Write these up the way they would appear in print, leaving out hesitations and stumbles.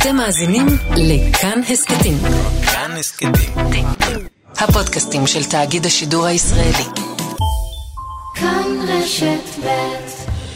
אתם מאזינים לכאן הסקטים. כאן הסקטים. הפודקאסטים של תאגיד השידור הישראלי. כאן רשת ב'.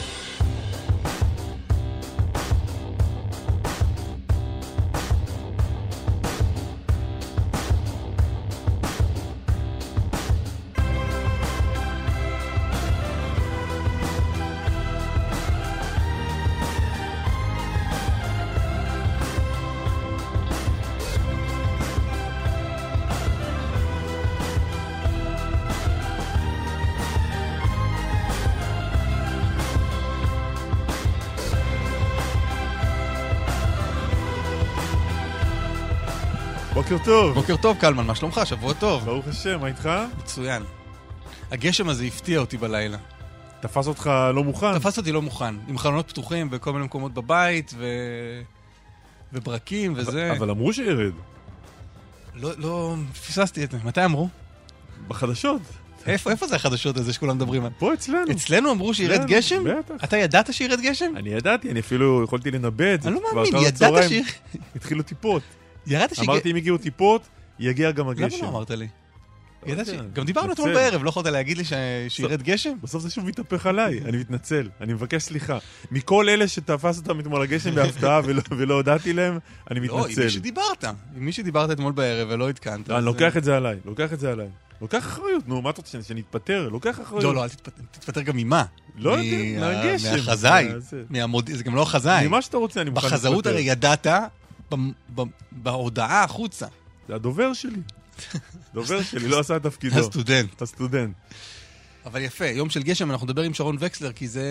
בוקר טוב. בוקר טוב, קלמן, מה שלומך? שבוע טוב. ברוך השם, מה איתך? מצוין. הגשם הזה הפתיע אותי בלילה. תפס אותך לא מוכן? תפס אותי לא מוכן, עם חלונות פתוחים וכל מיני מקומות בבית וברקים וזה. אבל אמרו שירד. לא, פספסתי את זה. מתי אמרו? בחדשות. איפה זה החדשות הזה שכולם מדברים עליו? פה אצלנו. אצלנו אמרו שירד גשם? בטח. אתה ידעת שירד גשם? אני ידעתי, אני אפילו יכולתי לנבא את זה. אני לא מאמין, ידעת התחילו טיפות. ידעת אמרתי, אם הגיעו טיפות, יגיע גם הגשם. למה לא אמרת לי? גם דיברנו אתמול בערב, לא יכולת להגיד לי שירד גשם? בסוף זה שוב מתהפך עליי, אני מתנצל, אני מבקש סליחה. מכל אלה שתפס אותם אתמול הגשם בהפתעה ולא הודעתי להם, אני מתנצל. לא, עם מי שדיברת אתמול בערב ולא התקנת. אני לוקח את זה עליי. לוקח אחריות, נו, מה אתה רוצה שנתפטר? לוקח אחריות. לא, אל תתפטר גם ממה? לא יודע, מהגשם. מהחזאי. זה גם לא החזאי. ממה שאתה רוצה, אני מוכן להתפטר. בחזאות הרי ידעת בהודעה החוצה. זה הדובר שלי. דובר שלי, לא עשה את תפקידו. הסטודנט. אבל יפה, יום של גשם, אנחנו נדבר עם שרון וקסלר, כי זה...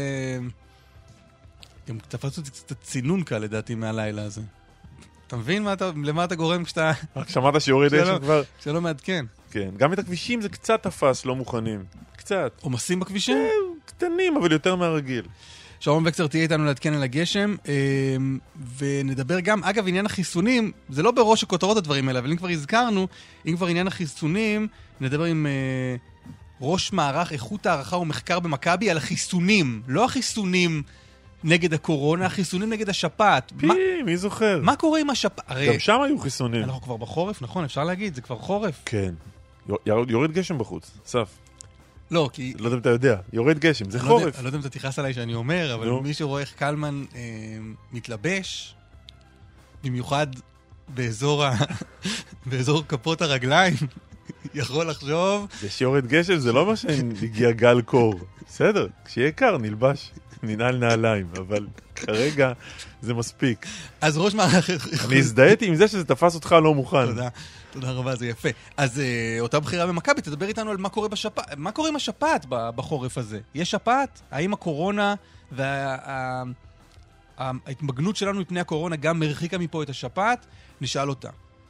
גם תפסו אותי קצת צינון קל, לדעתי, מהלילה הזה. אתה מבין למה אתה גורם כשאתה... רק שמעת שיוריד גשם כבר? כשלא מעדכן. כן, גם את הכבישים זה קצת תפס, לא מוכנים. קצת. עומסים בכבישים? קטנים, אבל יותר מהרגיל. שרון וקסלר תהיה איתנו לעדכן על הגשם, ונדבר גם, אגב, עניין החיסונים, זה לא בראש הכותרות הדברים האלה, אבל אם כבר הזכרנו, אם כבר עניין החיסונים, נדבר עם ראש מערך איכות הערכה ומחקר במכבי על החיסונים, לא החיסונים נגד הקורונה, החיסונים נגד השפעת. מי זוכר? מה קורה עם השפעת? גם שם היו חיסונים. אנחנו כבר בחורף, נכון? אפשר להגיד, זה כבר חורף. כן. יורד גשם בחוץ, סף. לא, כי... לא יודע אם אתה יודע, יורד גשם, זה חורף. אני לא יודע אם אתה תכעס עליי שאני אומר, אבל מי שרואה איך קלמן מתלבש, במיוחד באזור כפות הרגליים, יכול לחשוב... זה שיורד גשם, זה לא מה שהגיע גל קור. בסדר, כשיהיה קר נלבש, ננעל נעליים, אבל כרגע זה מספיק. אז ראש מערך... אני הזדהיתי עם זה שזה תפס אותך לא מוכן. תודה רבה, זה יפה. אז אותה בחירה במכבי, תדבר איתנו על מה קורה עם השפעת בחורף הזה. יש שפעת? האם הקורונה וההתמגנות שלנו מפני הקורונה גם מרחיקה מפה את השפעת? נשאל אותה.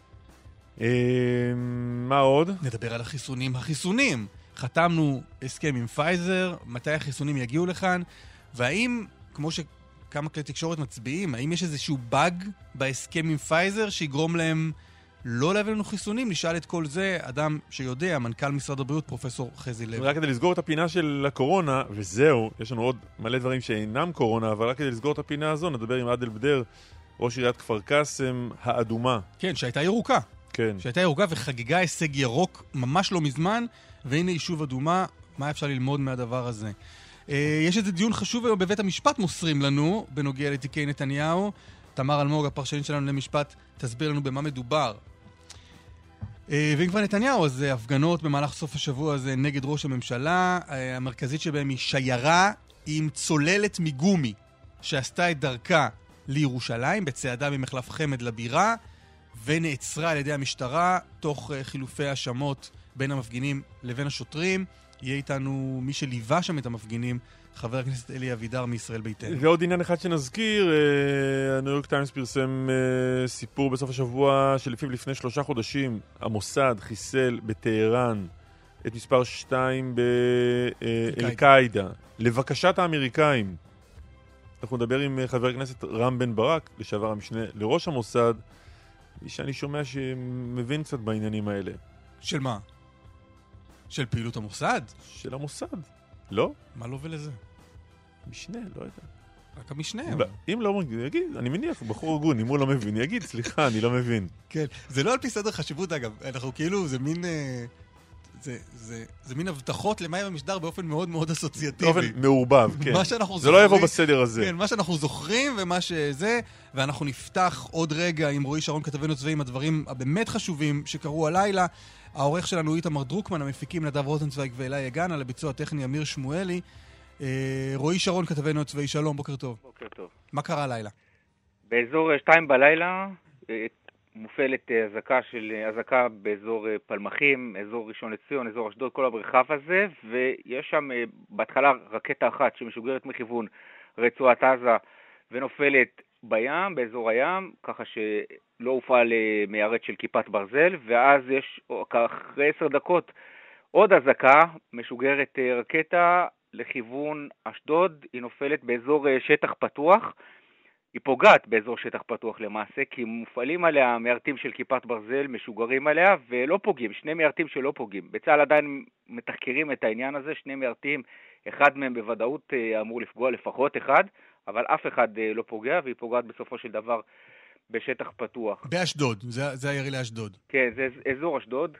מה עוד? נדבר על החיסונים. חתמנו הסכם עם פייזר, מתי החיסונים יגיעו לכאן, והאם, כמו שכמה כלי תקשורת מצביעים, האם יש איזשהו באג בהסכם עם פייזר שיגרום להם לא להביא לנו חיסונים? נשאל את כל זה אדם שיודע, מנכ"ל משרד הבריאות, פרופסור חזי לוי. רק כדי לסגור את הפינה של הקורונה, וזהו, יש לנו עוד מלא דברים שאינם קורונה, אבל רק כדי לסגור את הפינה הזו, נדבר עם עדל בדר, ראש עיריית כפר קאסם האדומה. כן, שהייתה ירוקה. כן. שהייתה ירוקה וחגיגה הישג ירוק ממש לא מזמן, והנה יישוב אדומה, מה אפשר ללמוד מהדבר הזה? יש איזה דיון חשוב היום בבית המשפט מוסרים לנו, בנוגע לתיקי נתניהו. תמר אלמוג, הפרשנית שלנו למשפט, תסביר לנו במה מדובר. ואם כבר נתניהו, אז הפגנות במהלך סוף השבוע הזה נגד ראש הממשלה. המרכזית שבהם היא שיירה עם צוללת מגומי, שעשתה את דרכה לירושלים, בצעדה ממחלף חמד לבירה, ונעצרה על ידי המשטרה, תוך חילופי האשמות בין המפגינים לבין השוטרים. יהיה איתנו מי שליווה שם את המפגינים, חבר הכנסת אלי אבידר מישראל ביתנו. ועוד עניין אחד שנזכיר, הניו יורק טיימס פרסם סיפור בסוף השבוע שלפיו לפני 3 חודשים המוסד חיסל בטהרן את מספר 2 באל-קאידה, לבקשת האמריקאים. אנחנו נדבר עם חבר הכנסת רם בן ברק, לשעבר המשנה לראש המוסד, שאני שומע שמבין קצת בעניינים האלה. של מה? של פעילות המוסד? של המוסד. לא? מה לא ולזה? משנה, לא יודע. רק המשנה. אם לא יגיד, אני מניח, הוא בחור הגון, אם הוא לא מבין, יגיד, סליחה, אני לא מבין. כן, זה לא על פי סדר חשיבות, אגב. אנחנו כאילו, זה מין... זה מין הבטחות למים המשדר באופן מאוד מאוד אסוציאטיבי. באופן מעורבב, כן. זה לא יבוא בסדר הזה. כן, מה שאנחנו זוכרים ומה שזה, ואנחנו נפתח עוד רגע עם רועי שרון כתבנו צבאי עם הדברים הבאמת חשובים שקרו הלילה. העורך שלנו איתמר דרוקמן, המפיקים נדב רוזנצוויג ואלי יגן, על הביצוע הטכני אמיר שמואלי. רועי שרון כתבנו צבאי, שלום, בוקר טוב. בוקר טוב. מה קרה הלילה? באזור 2 בלילה מופעלת אזעקה באזור פלמחים, אזור ראשון לציון, אזור אשדוד, כל המרחב הזה, ויש שם בהתחלה רקטה אחת שמשוגרת מכיוון רצועת עזה ונופלת בים, באזור הים, ככה שלא הופעל מיירט של כיפת ברזל, ואז יש אחרי 10 דקות עוד אזעקה, משוגרת רקטה לכיוון אשדוד, היא נופלת באזור שטח פתוח, היא פוגעת באזור שטח פתוח למעשה, כי מופעלים עליה מיירטים של כיפת ברזל, משוגרים עליה ולא פוגעים, שני מיירטים שלא פוגעים. בצה"ל עדיין מתחקרים את העניין הזה, שני מיירטים, אחד מהם בוודאות אמור לפגוע לפחות אחד, אבל אף אחד לא פוגע, והיא פוגעת בסופו של דבר בשטח פתוח. באשדוד, זה הירי לאשדוד. כן, זה אזור אשדוד.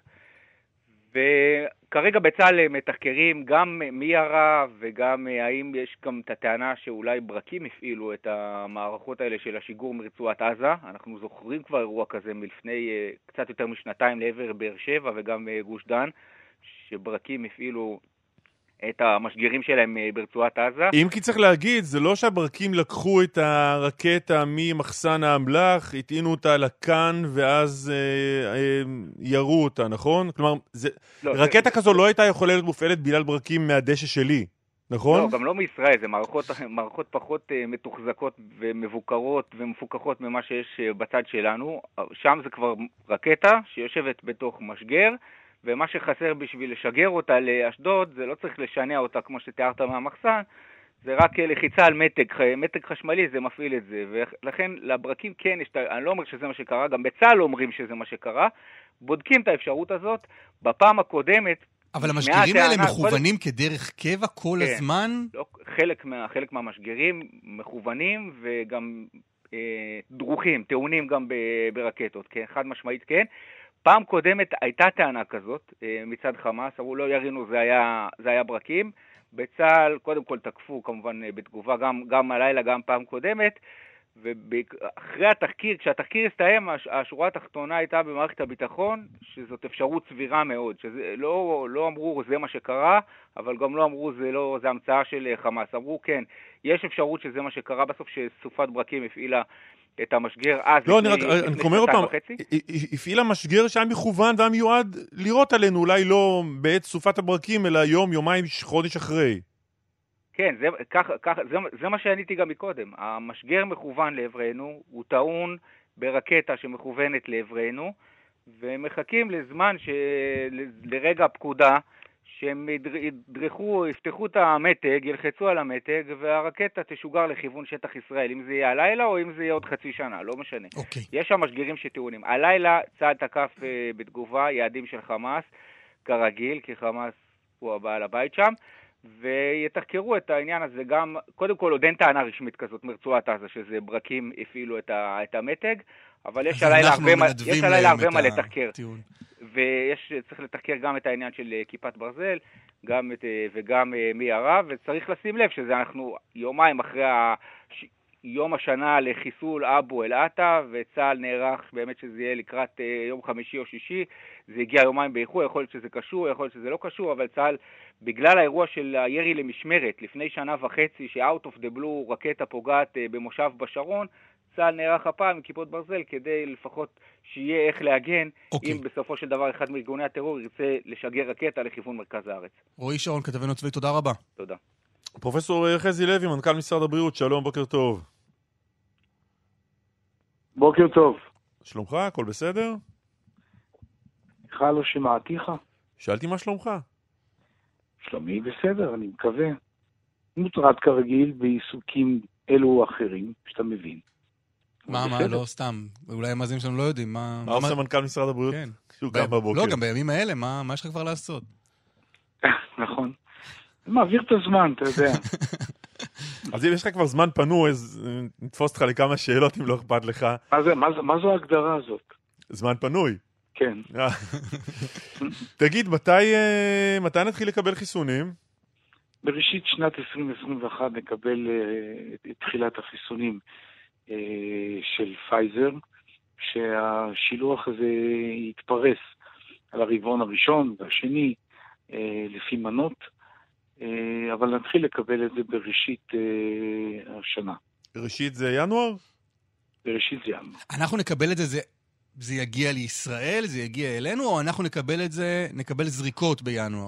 וכרגע בצה"ל מתחקרים גם מי ירה וגם האם יש גם את הטענה שאולי ברקים הפעילו את המערכות האלה של השיגור מרצועת עזה. אנחנו זוכרים כבר אירוע כזה מלפני קצת יותר משנתיים לעבר באר שבע וגם גוש דן, שברקים הפעילו את המשגרים שלהם ברצועת עזה. אם כי צריך להגיד, זה לא שהברקים לקחו את הרקטה ממחסן האמל"ח, הטעינו אותה לכאן ואז ירו אותה, נכון? כלומר, רקטה כזו לא הייתה יכולה להיות מופעלת בגלל ברקים מהדשא שלי, נכון? לא, גם לא מישראל, זה מערכות פחות מתוחזקות ומבוקרות ומפוקחות ממה שיש בצד שלנו. שם זה כבר רקטה שיושבת בתוך משגר, ומה שחסר בשביל לשגר אותה לאשדוד, זה לא צריך לשנע אותה כמו שתיארת מהמחסן, זה רק לחיצה על מתג חשמלי, זה מפעיל את זה, ולכן לברקים כן, אני לא אומר שזה מה שקרה, גם בצה"ל אומרים שזה מה שקרה, בודקים את האפשרות הזאת, בפעם הקודמת... אבל המשגרים האלה מכוונים כדרך קבע כל הזמן? לא, חלק מהמשגרים מכוונים וגם דרוכים, טעונים גם ברקטות, כן, חד משמעית כן, פעם קודמת הייתה טענה כזאת מצד חמאס, אמרו לא ירינו, זה היה ברקים. בצה"ל קודם כל תקפו כמובן בתגובה גם הלילה, גם פעם קודמת, ואחרי התחקיר, כשהתחקיר הסתיים, השורה התחתונה הייתה במערכת הביטחון, שזאת אפשרות סבירה מאוד, לא אמרו זה מה שקרה, אבל גם לא אמרו זה המצאה של חמאס. אמרו כן, יש אפשרות שזה מה שקרה בסוף, שסופת ברקים הפעילה את המשגר אז לא, אני אומר עוד פעם, הפעילה משגר שהיה מכוון והיה מיועד לראות עלינו, אולי לא בעת סופת הברקים, אלא יום, יומיים, חודש אחרי. כן, זה מה שעניתי גם מקודם. המשגר מכוון לעברנו, הוא טעון ברקטה שמכוונת לעברנו, ומחכים לזמן לרגע הפקודה, שהם ידרכו, יפתחו את המתג, ילחצו על המתג, והרקטה תשוגר לכיוון שטח ישראל, אם זה יהיה הלילה או אם זה יהיה עוד חצי שנה, לא משנה. יש שם משגרים שטעונים. הלילה צה"ל תקף בתגובה יעדים של חמאס, כרגיל, כי חמאס הוא הבעל הבית שם, ויתחקרו את העניין הזה גם, קודם כל עוד אין טענה רשמית כזאת מרצועת עזה, שזה ברקים הפעילו את המתג, אבל יש הלילה הרבה מה לתחקר. וצריך לתחקר גם את העניין של כיפת ברזל, וגם מי ירה, וצריך לשים לב שזה אנחנו יומיים אחרי יום השנה לחיסול אבו אל-עטה, וצה"ל נערך באמת שזה יהיה לקראת יום חמישי או שישי, זה הגיע יומיים באיחור, יכול להיות שזה קשור, יכול להיות שזה לא קשור, אבל צה"ל, בגלל האירוע של הירי למשמרת, לפני שנה וחצי, ש-out of the blue רקטה פוגעת במושב בשרון, צה"ל נערך הפעם עם כיפות ברזל, כדי לפחות שיהיה איך להגן, אם בסופו של דבר אחד מארגוני הטרור ירצה לשגר רקטה לכיוון מרכז הארץ. רועי שרון, כתבנו צבאי, תודה רבה. תודה. פרופסור חזי לוי, מנכ"ל משרד הבריאות, שלום, בוקר טוב. בוקר טוב. שלומך, הכל בסדר? לא שמעתיך. שאלתי מה שלומך. שלומי בסדר, אני מקווה. מוטרד כרגיל בעיסוקים אלו או אחרים, שאתה מבין. מה, לא סתם. אולי המאזינים שלנו לא יודעים. מה עושה מנכ"ל משרד הבריאות? כן. גם בבוקר. לא, גם בימים האלה, מה יש לך כבר לעשות? נכון. מעביר את הזמן, אתה יודע. אז אם יש לך כבר זמן פנוי, אז נתפוס אותך לכמה שאלות אם לא אכפת לך. מה זו ההגדרה הזאת? זמן פנוי. כן. תגיד, מתי נתחיל לקבל חיסונים? בראשית שנת 2021 נקבל את תחילת החיסונים של פייזר, שהשילוח הזה יתפרס על הרבעון הראשון והשני לפי מנות, אבל נתחיל לקבל את זה בראשית השנה. ראשית זה ינואר? בראשית זה ינואר. אנחנו נקבל את זה, זה יגיע לישראל, זה יגיע אלינו, או אנחנו נקבל זריקות בינואר?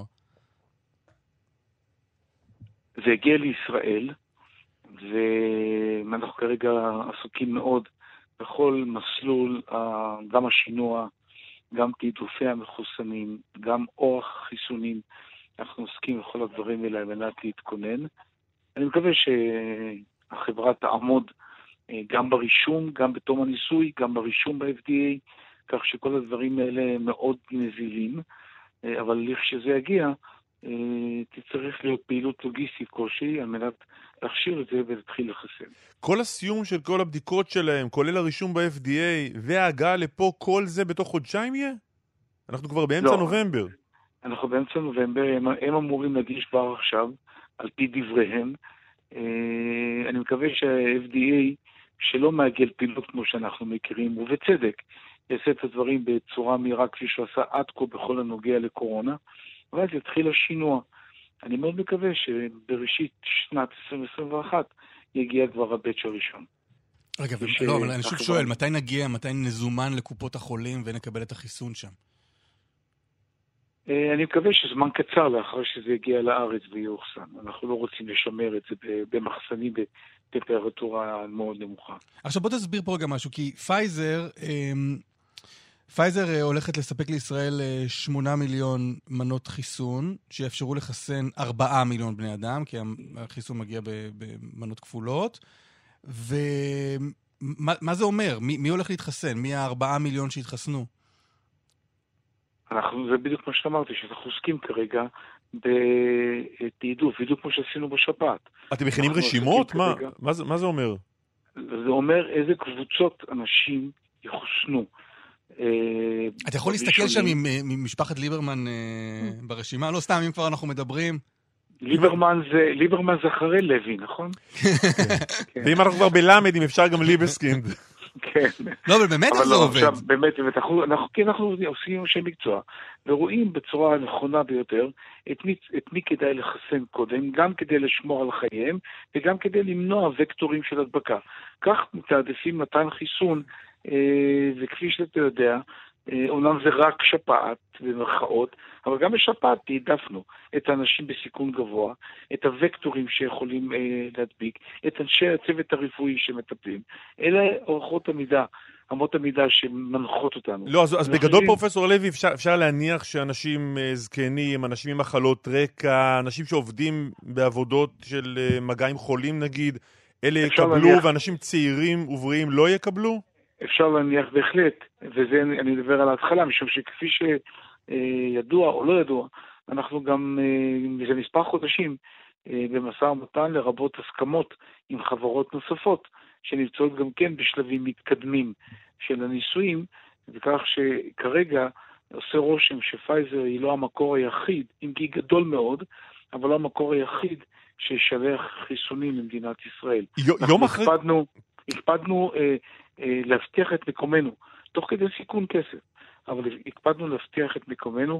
זה יגיע לישראל, ואנחנו כרגע עסוקים מאוד בכל מסלול, גם השינוע, גם תעדופי המחוסנים, גם אורח חיסונים. אנחנו עוסקים בכל הדברים האלה על מנת להתכונן. אני מקווה שהחברה תעמוד גם ברישום, גם בתום הניסוי, גם ברישום ב-FDA, כך שכל הדברים האלה מאוד נזילים, אבל לכשזה יגיע, תצטרך להיות פעילות לוגיסטית כלשהי על מנת להכשיר את זה ולהתחיל לחסן. כל הסיום של כל הבדיקות שלהם, כולל הרישום ב-FDA וההגעה לפה, כל זה בתוך חודשיים יהיה? אנחנו כבר באמצע נובמבר. אנחנו באמצע נובמבר, הם אמורים להגיש כבר עכשיו, על פי דבריהם. אני מקווה שה-FDA, שלא מעגל פעילות כמו שאנחנו מכירים, ובצדק, יעשה את הדברים בצורה מהירה כפי שהוא עשה עד כה בכל הנוגע לקורונה, ואז יתחיל השינוע. אני מאוד מקווה שבראשית שנת 2021 יגיע כבר הבאץ' הראשון. רגע, לא, אבל אני שוב שואל, מתי נזומן לקופות החולים ונקבל את החיסון שם? אני מקווה שזמן קצר לאחר שזה יגיע לארץ ויוחסן. אנחנו לא רוצים לשמר את זה במחסנים בטמפרטורה מאוד נמוכה. עכשיו בוא תסביר פה גם משהו, כי פייזר הולכת לספק לישראל 8 מיליון מנות חיסון, שיאפשרו לחסן 4 מיליון בני אדם, כי החיסון מגיע במנות כפולות. ומה זה אומר? מי הולך להתחסן? מי 4 מיליון שהתחסנו? זה בדיוק מה שאמרתי, שאנחנו עוסקים כרגע בתעדוף, בדיוק כמו שעשינו בשפעת. אתם מכינים רשימות? מה זה אומר? זה אומר איזה קבוצות אנשים יחוסנו. אתה יכול להסתכל שם עם משפחת ליברמן ברשימה? לא סתם, אם כבר אנחנו מדברים. ליברמן זה אחרי לוי, נכון? ואם אנחנו כבר בלמד, אם אפשר גם ליבסקינד. כן. לא, אבל באמת זה עובד. עכשיו, באמת, אנחנו עושים אנשי מקצוע, ורואים בצורה הנכונה ביותר את מי כדאי לחסן קודם, גם כדי לשמור על חייהם, וגם כדי למנוע וקטורים של הדבקה. כך מתעדפים מתן חיסון, וכפי שאתה יודע, אומנם זה רק שפעת במרכאות, אבל גם בשפעת תעדפנו את האנשים בסיכון גבוה, את הוקטורים שיכולים להדביק, את אנשי הצוות הרפואי שמטפלים. אלה אורחות המידה, אמות המידה שמנחות אותנו. לא, אז בגדול פרופסור לוי, אפשר להניח שאנשים זקנים, אנשים עם מחלות רקע, אנשים שעובדים בעבודות של מגע עם חולים נגיד, אלה יקבלו, ואנשים צעירים ובריאים לא יקבלו? אפשר להניח בהחלט, וזה אני מדבר על ההתחלה, משום שכפי שידוע או לא ידוע, אנחנו גם מזה מספר חודשים במשא ומתן לרבות הסכמות עם חברות נוספות, שנמצאות גם כן בשלבים מתקדמים של הניסויים, וכך שכרגע עושה רושם שפייזר היא לא המקור היחיד, אם כי גדול מאוד, אבל לא המקור היחיד שישלח חיסונים למדינת ישראל. יום אחרי... הקפדנו להבטיח את מקומנו, תוך כדי סיכון כסף, אבל הקפדנו להבטיח את מקומנו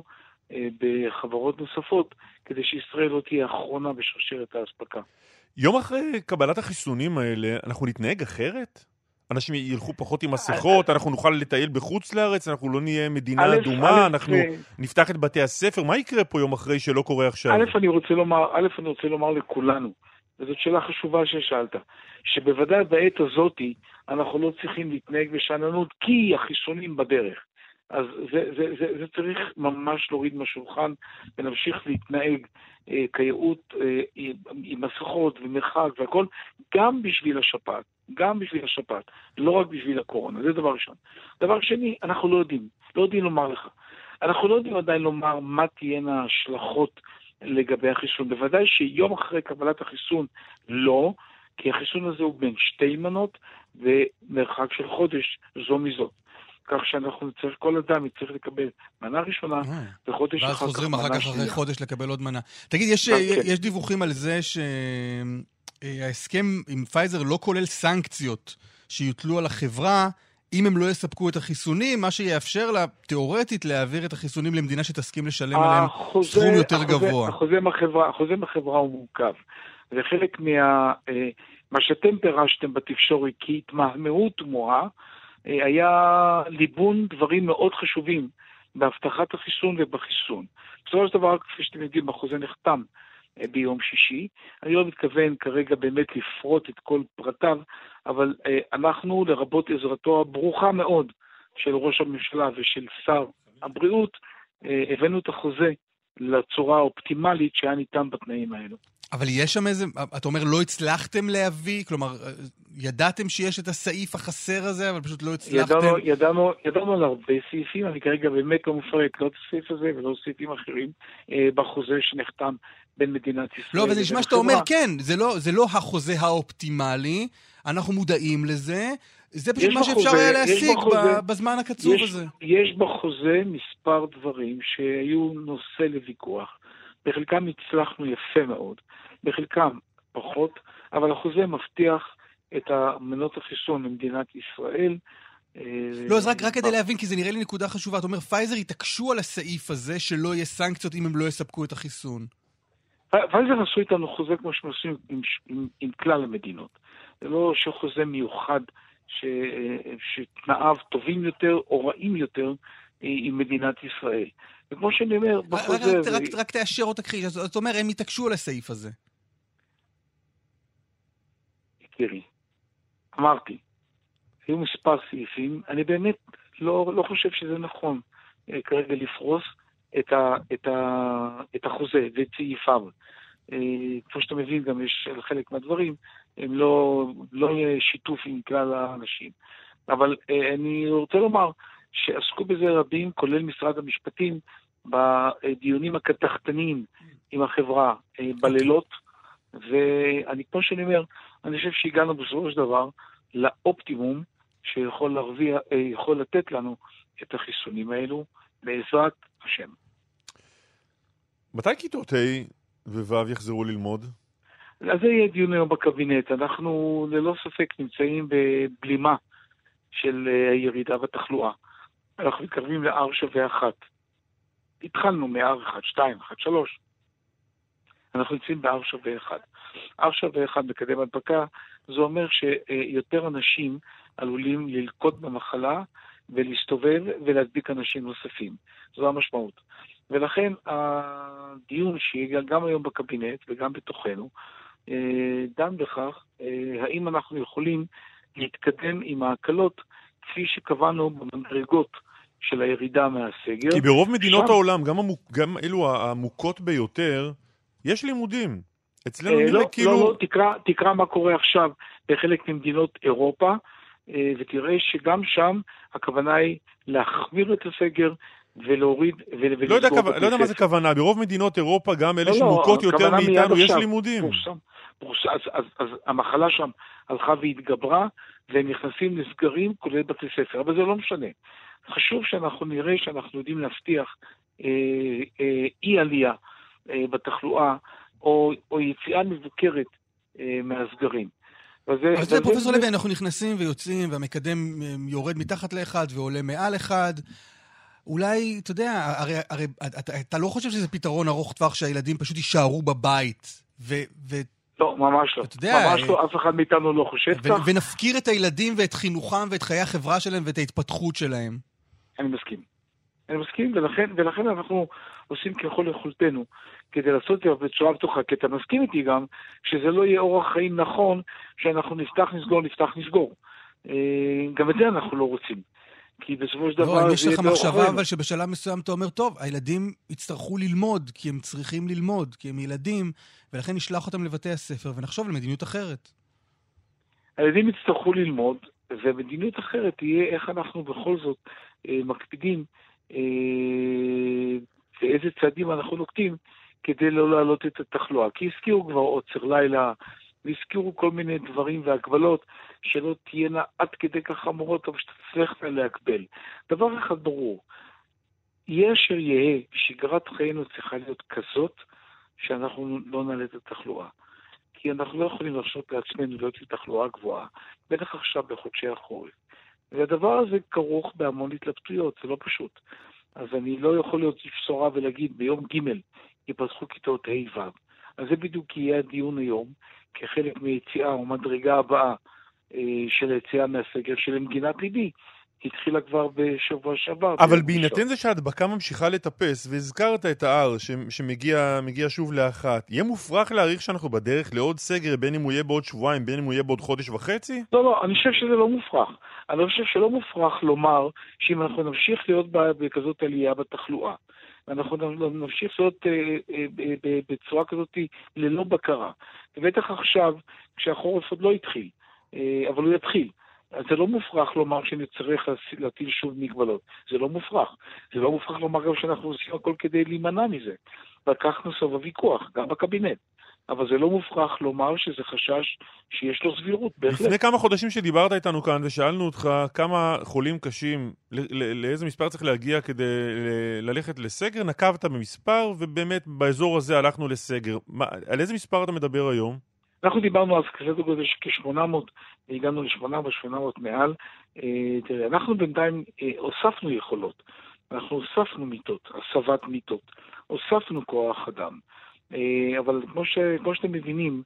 בחברות נוספות, כדי שישראל לא תהיה האחרונה בשרשרת האספקה. יום אחרי קבלת החיסונים האלה, אנחנו נתנהג אחרת? אנשים ילכו פחות עם מסכות, אנחנו נוכל לטייל בחוץ לארץ, אנחנו לא נהיה מדינה אדומה, אנחנו נפתח את בתי הספר, מה יקרה פה יום אחרי שלא קורה עכשיו? אני רוצה לומר לכולנו, וזאת שאלה חשובה ששאלת, שבוודאי בעת הזאת אנחנו לא צריכים להתנהג בשאננות, כי החיסונים בדרך. אז זה צריך ממש להוריד מהשולחן, ונמשיך להתנהג כייעוט עם מסכות ומרחק והכל, גם בשביל השפעת, לא רק בשביל הקורונה, זה דבר ראשון. דבר שני, אנחנו לא יודעים לומר לך. אנחנו לא יודעים עדיין לומר מה תהיינה ההשלכות לגבי החיסון. בוודאי שיום אחרי קבלת החיסון לא, כי החיסון הזה הוא בין 2 מנות ומרחק של חודש זו מזאת. כך שאנחנו צריך, כל אדם צריך לקבל מנה ראשונה וחודש ואז אחר כך חוזרים מנה אחר כך שנייה. אחרי חודש לקבל עוד מנה. תגיד, יש דיווחים על זה שההסכם עם פייזר לא כולל סנקציות שיוטלו על החברה אם הם לא יספקו את החיסונים, מה שיאפשר לה תיאורטית להעביר את החיסונים למדינה שתסכים לשלם עליהם סכום יותר גבוה. החוזה בחברה הוא מורכב. זה חלק מה שאתם פירשתם בתקשורת, כי התמהמהות תמוהה, היה ליבון דברים מאוד חשובים בהבטחת החיסון ובחיסון. בסופו של דבר, כפי שאתם יודעים, החוזה נחתם ביום שישי. אני לא מתכוון כרגע באמת לפרוט את כל פרטיו, אבל אנחנו, לרבות עזרתו הברוכה מאוד של ראש הממשלה ושל שר הבריאות, הבאנו את החוזה לצורה האופטימלית שהיה ניתן בתנאים האלו. אבל יש שם איזה, אתה אומר, לא הצלחתם להביא? כלומר, ידעתם שיש את הסעיף החסר הזה, אבל פשוט לא הצלחתם? ידענו על הרבה סעיפים, אני כרגע באמת לא מפרט, לא את הסעיף הזה ולא סעיפים אחרים בחוזה שנחתם בין מדינת ישראל. לא, אבל זה נשמע שאתה אומר, כן, זה לא החוזה האופטימלי, אנחנו מודעים לזה, זה פשוט מה שאפשר היה להשיג בזמן הקצוב הזה. יש בחוזה מספר דברים שהיו נושא לוויכוח, בחלקם הצלחנו יפה מאוד, בחלקם פחות, אבל החוזה מבטיח את מנות החיסון למדינת ישראל. לא, אז רק כדי להבין, כי זה נראה לי נקודה חשובה. אתה אומר, פייזר התעקשו על הסעיף הזה שלא יהיה סנקציות אם הם לא יספקו את החיסון. פייזר עשו איתנו חוזה כמו שהם עושים עם כלל המדינות. זה לא שחוזה מיוחד שתנאיו טובים יותר או רעים יותר עם מדינת ישראל. וכמו שאני אומר, בחוזה... רק תאשר אותה קחי, זאת אומרת, הם התעקשו על הסעיף הזה. תראי, אמרתי, היו מספר סעיפים, אני באמת לא חושב שזה נכון כרגע לפרוס את החוזה ואת סעיפיו. כמו שאתה מבין, גם יש חלק מהדברים, הם לא שיתוף עם כלל האנשים. אבל אני רוצה לומר שעסקו בזה רבים, כולל משרד המשפטים, בדיונים הקטחתניים עם החברה בלילות, ואני כמו שאני אומר, אני חושב שהגענו בסופו של דבר לאופטימום שיכול לתת לנו את החיסונים האלו בעזרת השם. מתי כיתות ה' וו' יחזרו ללמוד? אז זה יהיה דיון היום בקבינט. אנחנו ללא ספק נמצאים בבלימה של הירידה בתחלואה. אנחנו מתקרבים ל-R שווה 1. התחלנו מ-R 1, 2, 1, 3. אנחנו נמצאים ב-R שווה 1. R שווה 1 מקדם הדבקה, זה אומר שיותר אנשים עלולים ללקות במחלה ולהסתובב ולהדביק אנשים נוספים. זו המשמעות. ולכן הדיון שיהיה גם היום בקבינט וגם בתוכנו, דן בכך, האם אנחנו יכולים להתקדם עם ההקלות כפי שקבענו במדרגות של הירידה מהסגר. כי ברוב מדינות העולם, גם אלו העמוקות ביותר, יש לימודים. אצלנו נראה כאילו... לא, תקרא מה קורה עכשיו בחלק ממדינות אירופה, ותראה שגם שם הכוונה היא להחמיר את הסגר ולהוריד... לא יודע מה זה כוונה, ברוב מדינות אירופה, גם אלה שמוכות יותר מאיתנו, יש לימודים. אז המחלה שם הלכה והתגברה, והם נכנסים לסגרים כולל בתי ספר, אבל זה לא משנה. חשוב שאנחנו נראה שאנחנו יודעים להבטיח אי עלייה בתחלואה, או יציאה מבוקרת מהסגרים. אבל זה פרופסור לוי, אנחנו נכנסים ויוצאים, והמקדם יורד מתחת לאחד ועולה מעל אחד. אולי, אתה יודע, הרי אתה לא חושב שזה פתרון ארוך טווח שהילדים פשוט יישארו בבית, לא, ממש לא. ממש לא, אף אחד מאיתנו לא חושב כך. ונפקיר את הילדים ואת חינוכם ואת חיי החברה שלהם ואת ההתפתחות שלהם. אני מסכים, ולכן אנחנו עושים ככל יכולתנו כדי לעשות את זה בצורה בטוחה, כי אתה מסכים איתי גם שזה לא יהיה אורח חיים נכון שאנחנו נפתח נסגור. גם את זה אנחנו לא רוצים. כי בסופו של דבר... לא, יש לך מחשבה אבל שבשלב מסוים אתה אומר, טוב, הילדים יצטרכו ללמוד, כי הם צריכים ללמוד, כי הם ילדים, ולכן נשלח אותם לבתי הספר, ונחשוב על מדיניות אחרת. הילדים יצטרכו ללמוד, ומדיניות אחרת תהיה איך אנחנו בכל זאת מקפידים, ואיזה צעדים אנחנו נוקטים, כדי לא להעלות את התחלואה. כי הזכירו כבר עוצר לילה, והזכירו כל מיני דברים והגבלות שלא תהיינה עד כדי כך חמורות, אבל שתצליחנה להקבל. דבר אחד ברור, יהיה אשר יהיה, שגרת חיינו צריכה להיות כזאת, שאנחנו לא נעלה את התחלואה. כי אנחנו לא יכולים להרשות לעצמנו להיות בתחלואה גבוהה, בטח עכשיו בחודשי החורף. והדבר הזה כרוך בהמון התלבטויות, זה לא פשוט. אז אני לא יכול להיות בשורה ולהגיד ביום ג' ייפתחו כיתות ה' ו'. אז זה בדיוק יהיה הדיון היום, כחלק מיציאה או מדרגה הבאה של היציאה מהסגר של מגינת ליבי. התחילה כבר בשבוע שעבר. אבל בהינתן זה שההדבקה ממשיכה לטפס, והזכרת את ה-R שמגיע שוב לאחת, יהיה מופרך להעריך שאנחנו בדרך לעוד סגר, בין אם הוא יהיה בעוד שבועיים, בין אם הוא יהיה בעוד חודש וחצי? לא, אני חושב שזה לא מופרך. אני חושב שלא מופרך לומר שאם אנחנו נמשיך להיות בכזאת עלייה בתחלואה, אנחנו נמשיך להיות בצורה כזאת ללא בקרה. ובטח עכשיו, כשהחורף עוד לא התחיל, אבל הוא יתחיל. אז זה לא מופרך לומר שנצטרך להטיל שוב מגבלות. זה לא מופרך. זה לא מופרך לומר גם שאנחנו עושים הכל כדי להימנע מזה. וכך נסוב הוויכוח, גם בקבינט. אבל זה לא מופרך לומר שזה חשש שיש לו סבירות. לפני כמה חודשים שדיברת איתנו כאן ושאלנו אותך כמה חולים קשים, לאיזה מספר צריך להגיע כדי ללכת לסגר, נקבת במספר ובאמת באזור הזה הלכנו לסגר. על איזה מספר אתה מדבר היום? אנחנו דיברנו אז כסדר גודל כ-800, והגענו ל-800 מעל. תראה, אנחנו בינתיים הוספנו יכולות, אנחנו הוספנו מיטות, הסבת מיטות, הוספנו כוח אדם. אבל כמו שאתם מבינים,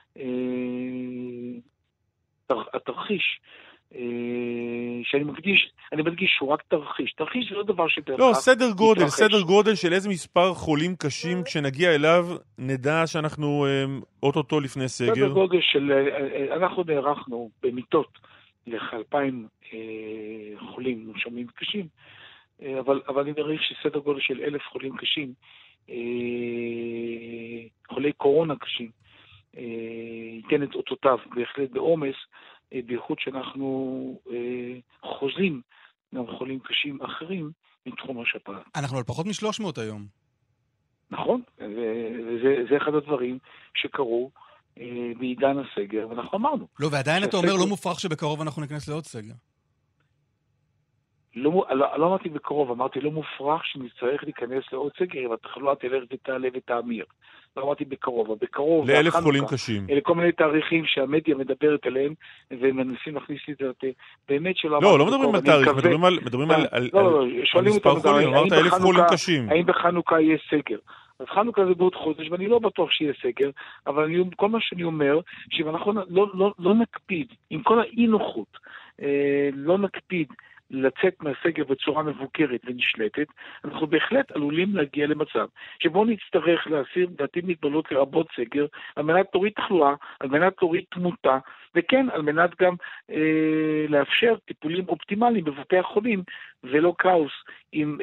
התרחיש, שאני מדגיש שהוא רק תרחיש. תרחיש זה לא דבר שבהכרח... לא, סדר גודל של איזה מספר חולים קשים, כשנגיע אליו נדע שאנחנו אוטוטו לפני סגר. סדר גודל של... אנחנו נערכנו במיטות ל-2,000 חולים מונשמים קשים, אבל אני מעריך שסדר גודל של 1,000 חולים קשים, חולי קורונה קשים, ייתן את אותותיו בהחלט בעומס, בייחוד שאנחנו חוזים גם חולים קשים אחרים מתחום השפעת. אנחנו על פחות מ-300 היום. נכון, זה אחד הדברים שקרו בעידן הסגר, ואנחנו אמרנו. לא, ועדיין אתה אומר לא מופרך שבקרוב אנחנו נכנס לעוד סגר. לא אמרתי בקרוב, אמרתי לא מופרך שנצטרך להיכנס לעוד סגר, והתחלואה תלך ותעלה ותאמיר. לא אמרתי בקרוב, אבל בקרוב... ל1,000 חולים קשים. אלה כל מיני תאריכים שהמדיה מדברת עליהם, ומנסים להכניס לי את זה, באמת שלא... לא מדברים על תאריך, מדברים על מספר חולים, אמרת 1,000 חולים קשים. האם בחנוכה יהיה סגר? אז חנוכה זה בעוד חודש, ואני לא בטוח שיהיה סגר, אבל כל מה שאני אומר, שאם אנחנו לא נקפיד, עם כל האי-נוחות, לא נקפיד לצאת מהסגר בצורה מבוקרת ונשלטת, אנחנו בהחלט עלולים להגיע למצב שבו נצטרך להסיר דעתים מגבלות לרבות סגר, על מנת להוריד תחלואה, על מנת להוריד תמותה, וכן, על מנת גם לאפשר טיפולים אופטימליים בבתי החולים, ולא כאוס עם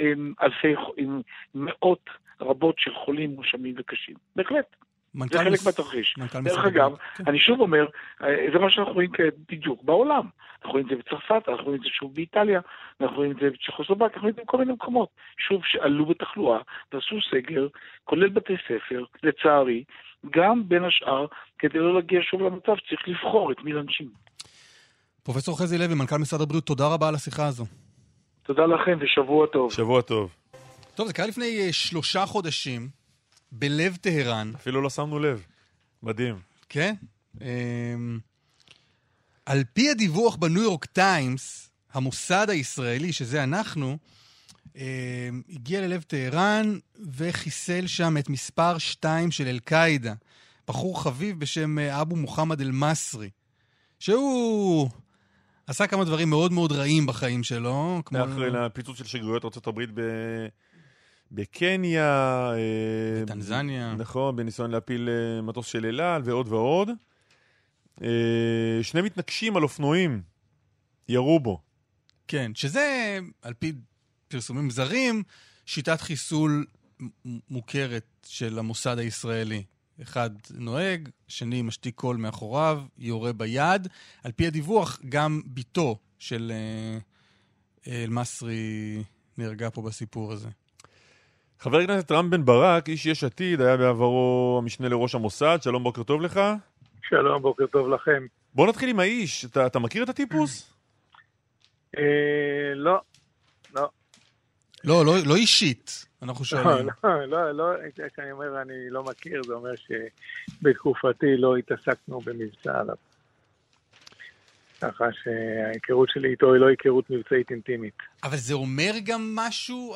מאות רבות של חולים מונשמים וקשים. בהחלט. זה חלק מהתרחיש. דרך אגב, אני שוב אומר, זה מה שאנחנו רואים בדיוק בעולם. אנחנו רואים את זה בצרפת, אנחנו רואים את זה שוב באיטליה, אנחנו רואים את זה בצ'כוסלובקיה, אנחנו רואים את זה בכל מיני מקומות. שוב שעלו בתחלואה, ועשו סגר, כולל בתי ספר, לצערי, גם בין השאר, כדי לא להגיע שוב למצב, צריך לבחור את מי לאנשים. פרופסור חזי לוי, מנכ"ל משרד הבריאות, תודה רבה על השיחה הזו. תודה לכם ושבוע טוב. שבוע טוב. טוב, זה קרה לפני 3 חודשים, בלב טהרן. אפילו לא שמנו לב. מדהים. כן. על פי הדיווח בניו יורק טיימס, המוסד הישראלי, שזה אנחנו, הגיע ללב טהרן וחיסל שם את מספר 2 של אל-קאידה. בחור חביב בשם אבו מוחמד אל-מסרי, שהוא עשה כמה דברים מאוד מאוד רעים בחיים שלו. אחרי לפיצוץ של שגרירויות ארצות הברית בקניה, בטנזניה. נכון, בניסיון להפיל מטוס של אל על ועוד ועוד. 2 מתנגשים על אופנועים ירו בו. כן, שזה על פי פרסומים זרים, שיטת חיסול מוכרת של המוסד הישראלי. אחד נוהג, שני משתיק קול מאחוריו, יורה ביד. על פי הדיווח, גם ביתו של אל-מסרי נהרגה פה בסיפור הזה. חבר הכנסת רם בן ברק, איש יש עתיד, היה בעברו המשנה לראש המוסד. שלום, בוקר טוב לך. שלום, בוקר טוב לכם. בוא נתחיל עם האיש. אתה מכיר את הטיפוס? לא. לא אישית, אנחנו שואלים. לא, כשאני אומר אני לא מכיר, זה אומר שבתקופתי לא התעסקנו במבצע עליו. ככה שההיכרות שלי איתו היא לא היכרות מבצעית אינטימית. אבל זה אומר גם משהו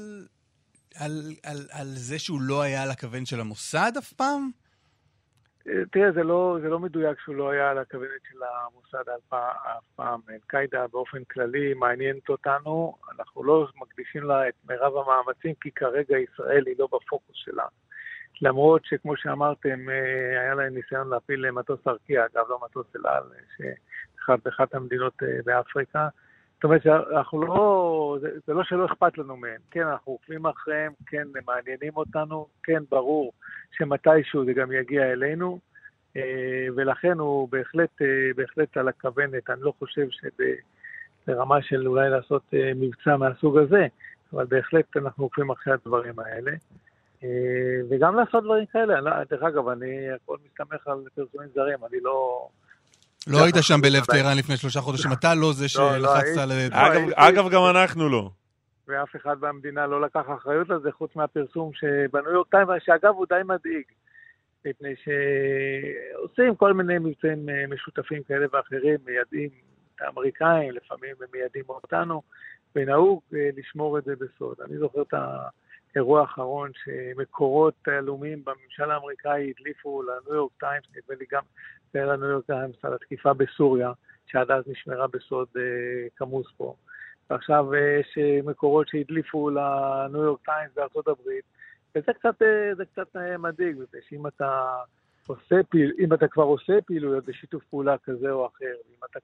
על זה שהוא לא היה על הכוון של המוסד אף פעם? תראה, זה לא מדויק שהוא לא היה על הכוונת של המוסד אף פעם. אל-קאעידה באופן כללי מעניינת אותנו, אנחנו לא מקדישים לה את מירב המאמצים, כי כרגע ישראל היא לא בפוקוס שלה. למרות שכמו שאמרתם, היה להם ניסיון להפיל מטוס ארקיע, אגב לא מטוס אל על, באחת המדינות באפריקה. זאת אומרת שאנחנו לא, זה לא שלא אכפת לנו מהם. כן, אנחנו עוקבים אחריהם, כן, הם מעניינים אותנו, כן, ברור שמתישהו זה גם יגיע אלינו, ולכן הוא בהחלט על הכוונת. אני לא חושב שברמה של אולי לעשות מבצע מהסוג הזה, אבל בהחלט אנחנו עוקבים אחרי הדברים האלה. וגם לעשות דברים כאלה. דרך אגב, אני הכל מסתמך על פרסומים זרים, אני לא היית שם בלב טהרן לפני 3 חודשים, אתה לא זה שלחצת על... אגב, גם אנחנו לא. ואף אחד במדינה לא לקח אחריות על זה, חוץ מהפרסום שבניו יורק טיימס, שאגב הוא די מדאיג, מפני שעושים כל מיני מבצעים משותפים כאלה ואחרים, מיידעים את האמריקאים, לפעמים הם מיידעים אותנו, ונהוג לשמור את זה בסוד. אני זוכר את האירוע האחרון שמקורות הלאומיים בממשל האמריקאי הדליפו לניו יורק טיימס, נדמה לי גם לניו יורק טיימס על התקיפה בסוריה, שעד אז נשמרה בסוד כמוס פה. ועכשיו יש מקורות שהדליפו לניו יורק טיימס בארצות הברית, וזה קצת מדאיג, שאם אתה כבר עושה פעילויות בשיתוף פעולה כזה או אחר, אם אתה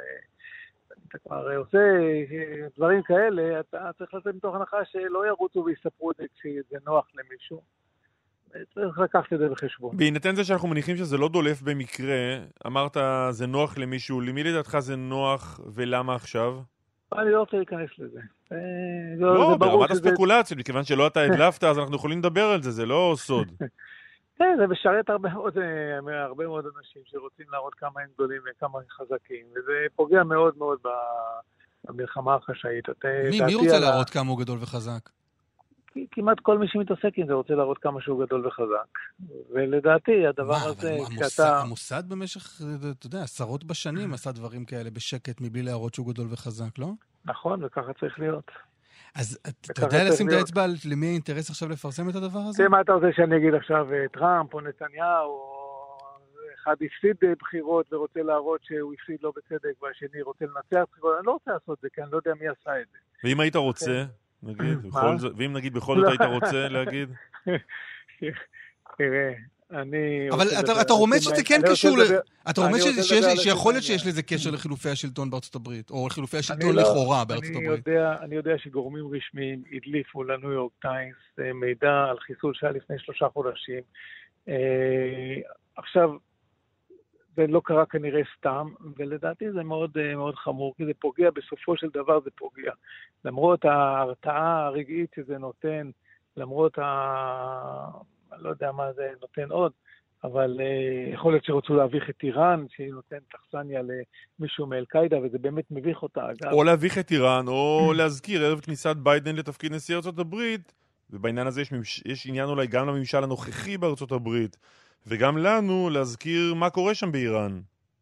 כבר עושה דברים כאלה, אתה צריך לצאת מתוך הנחה שלא ירוצו ויספרו את זה כשזה נוח למישהו. צריך לקחת את זה בחשבון. בהינתן זה שאנחנו מניחים שזה לא דולף במקרה, אמרת זה נוח למישהו, למי לדעתך זה נוח ולמה עכשיו? אני לא רוצה להיכנס לזה. לא, ברמת הספקולציה, מכיוון שלא אתה הדלפת, אז אנחנו יכולים לדבר על זה, זה לא סוד. כן, זה משרת הרבה מאוד אנשים שרוצים להראות כמה הם גדולים וכמה הם חזקים, וזה פוגע מאוד מאוד במלחמה החשאית. מי רוצה להראות כמה הוא גדול וחזק? כמעט כל מי שמתעסק עם זה רוצה להראות כמה שהוא גדול וחזק. ולדעתי, הדבר הזה, המוסד במשך, אתה יודע, עשרות בשנים עשה דברים כאלה בשקט מבלי להראות שהוא גדול וחזק, לא? נכון, וככה צריך להיות. אז אתה יודע לשים את האצבע למי האינטרס עכשיו לפרסם את הדבר הזה? זה מה אתה רוצה שאני אגיד עכשיו, טראמפ או נתניהו, או אחד הפסיד בחירות ורוצה להראות שהוא הפסיד לא בצדק, והשני רוצה לנצח בחירות, אני לא רוצה לעשות זה, כי אני לא יודע מי עשה את זה. ואם היית רוצה, נגיד, ואם נגיד בכל זאת היית רוצה להגיד? תראה, אני... אבל אתה רומז שזה כן קשור, אתה רומז שיכול להיות שיש לזה קשר לחילופי השלטון בארצות הברית, או לחילופי השלטון לכאורה בארצות הברית. אני יודע שגורמים רשמיים הדליפו לניו יורק טיימס מידע על חיסול שהיה לפני 3 חודשים. עכשיו, זה לא קרה כנראה סתם, ולדעתי זה מאוד מאוד חמור, כי זה פוגע, בסופו של דבר זה פוגע. למרות ההרתעה הרגעית שזה נותן, למרות אני לא יודע מה זה נותן עוד, אבל יכול להיות שרצו להביך את איראן, שהיא נותנת תחסניה למישהו מאל-קאעידה, וזה באמת מביך אותה. אגב. או להביך את איראן, או להזכיר ערב כניסת ביידן לתפקיד נשיא ארצות הברית, ובעניין הזה יש עניין אולי גם לממשל הנוכחי בארצות הברית, וגם לנו להזכיר מה קורה שם באיראן.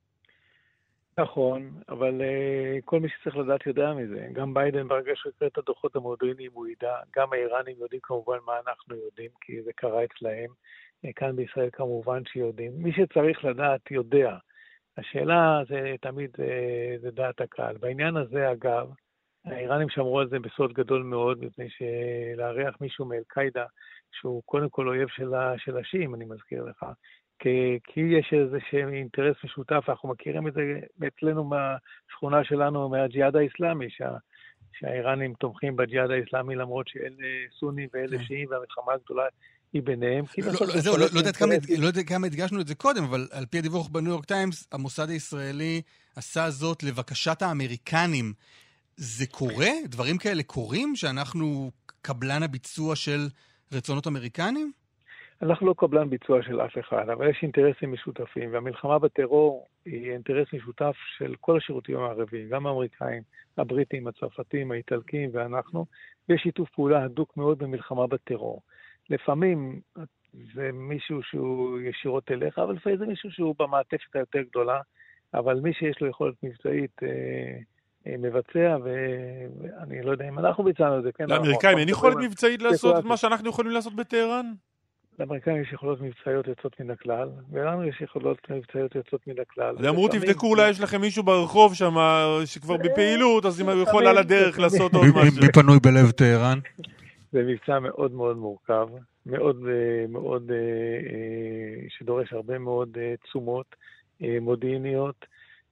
נכון, אבל כל מי שצריך לדעת יודע מזה. גם ביידן ברגע שקרא את הדוחות המודיעיניים הוא ידע, גם האיראנים יודעים כמובן מה אנחנו יודעים, כי זה קרה אצלהם. כאן בישראל כמובן שיודעים. מי שצריך לדעת יודע. השאלה זה תמיד זה דעת הקהל. בעניין הזה אגב, האיראנים שמרו על זה בסוד גדול מאוד, מפני שלהריח מישהו מאל-קאעידה, שהוא קודם כל אויב של השיעים, אני מזכיר לך, כי יש איזשהו אינטרס משותף, אנחנו מכירים את זה אצלנו מהשכונה שלנו, מהג'יהאד האסלאמי, שהאיראנים תומכים בג'יהאד האסלאמי, למרות שאלה סונים ואלה שיעים, והמלחמה הגדולה היא ביניהם. לא יודע כמה הדגשנו את זה קודם, אבל על פי הדיווח בניו יורק טיימס, המוסד הישראלי עשה זאת לבקשת האמריקנים. זה קורה? דברים כאלה קורים? שאנחנו קבלן הביצוע של רצונות אמריקנים? אנחנו לא קבלן ביצוע של אף אחד, אבל יש אינטרסים משותפים, והמלחמה בטרור היא אינטרס משותף של כל השירותים הערביים, גם האמריקאים, הבריטים, הצרפתים, האיטלקים ואנחנו, ויש שיתוף פעולה הדוק מאוד במלחמה בטרור. לפעמים זה מישהו שהוא ישירות אליך, אבל לפעמים זה מישהו שהוא במעטפת היותר גדולה, אבל מי שיש לו יכולת מבצעית מבצע, ואני לא יודע אם אנחנו ביצענו את זה, כן? לאמריקאים אין יכולת מבצעית לעשות את מה שאנחנו יכולים לעשות בטהרן? לאמריקאים יש יכולות מבצעיות יוצאות מן הכלל, ולנו יש יכולות מבצעיות יוצאות מן הכלל. אז אמרו, תבדקו, אולי יש לכם מישהו ברחוב שם שכבר בפעילות, אז אם הוא יכול על הדרך לעשות עוד משהו. מי פנוי בלב טהרן? זה מבצע מאוד מאוד מורכב, מאוד מאוד, שדורש הרבה מאוד תשומות מודיעיניות,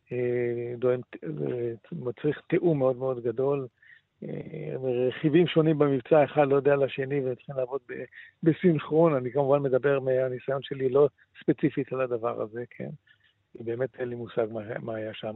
מצריך תיאום מאוד מאוד גדול, רכיבים שונים במבצע, אחד לא יודע על השני, וצריכים לעבוד בסינכרון. אני כמובן מדבר מהניסיון שלי לא ספציפית על הדבר הזה, כן? באמת אין לי מושג מה היה שם.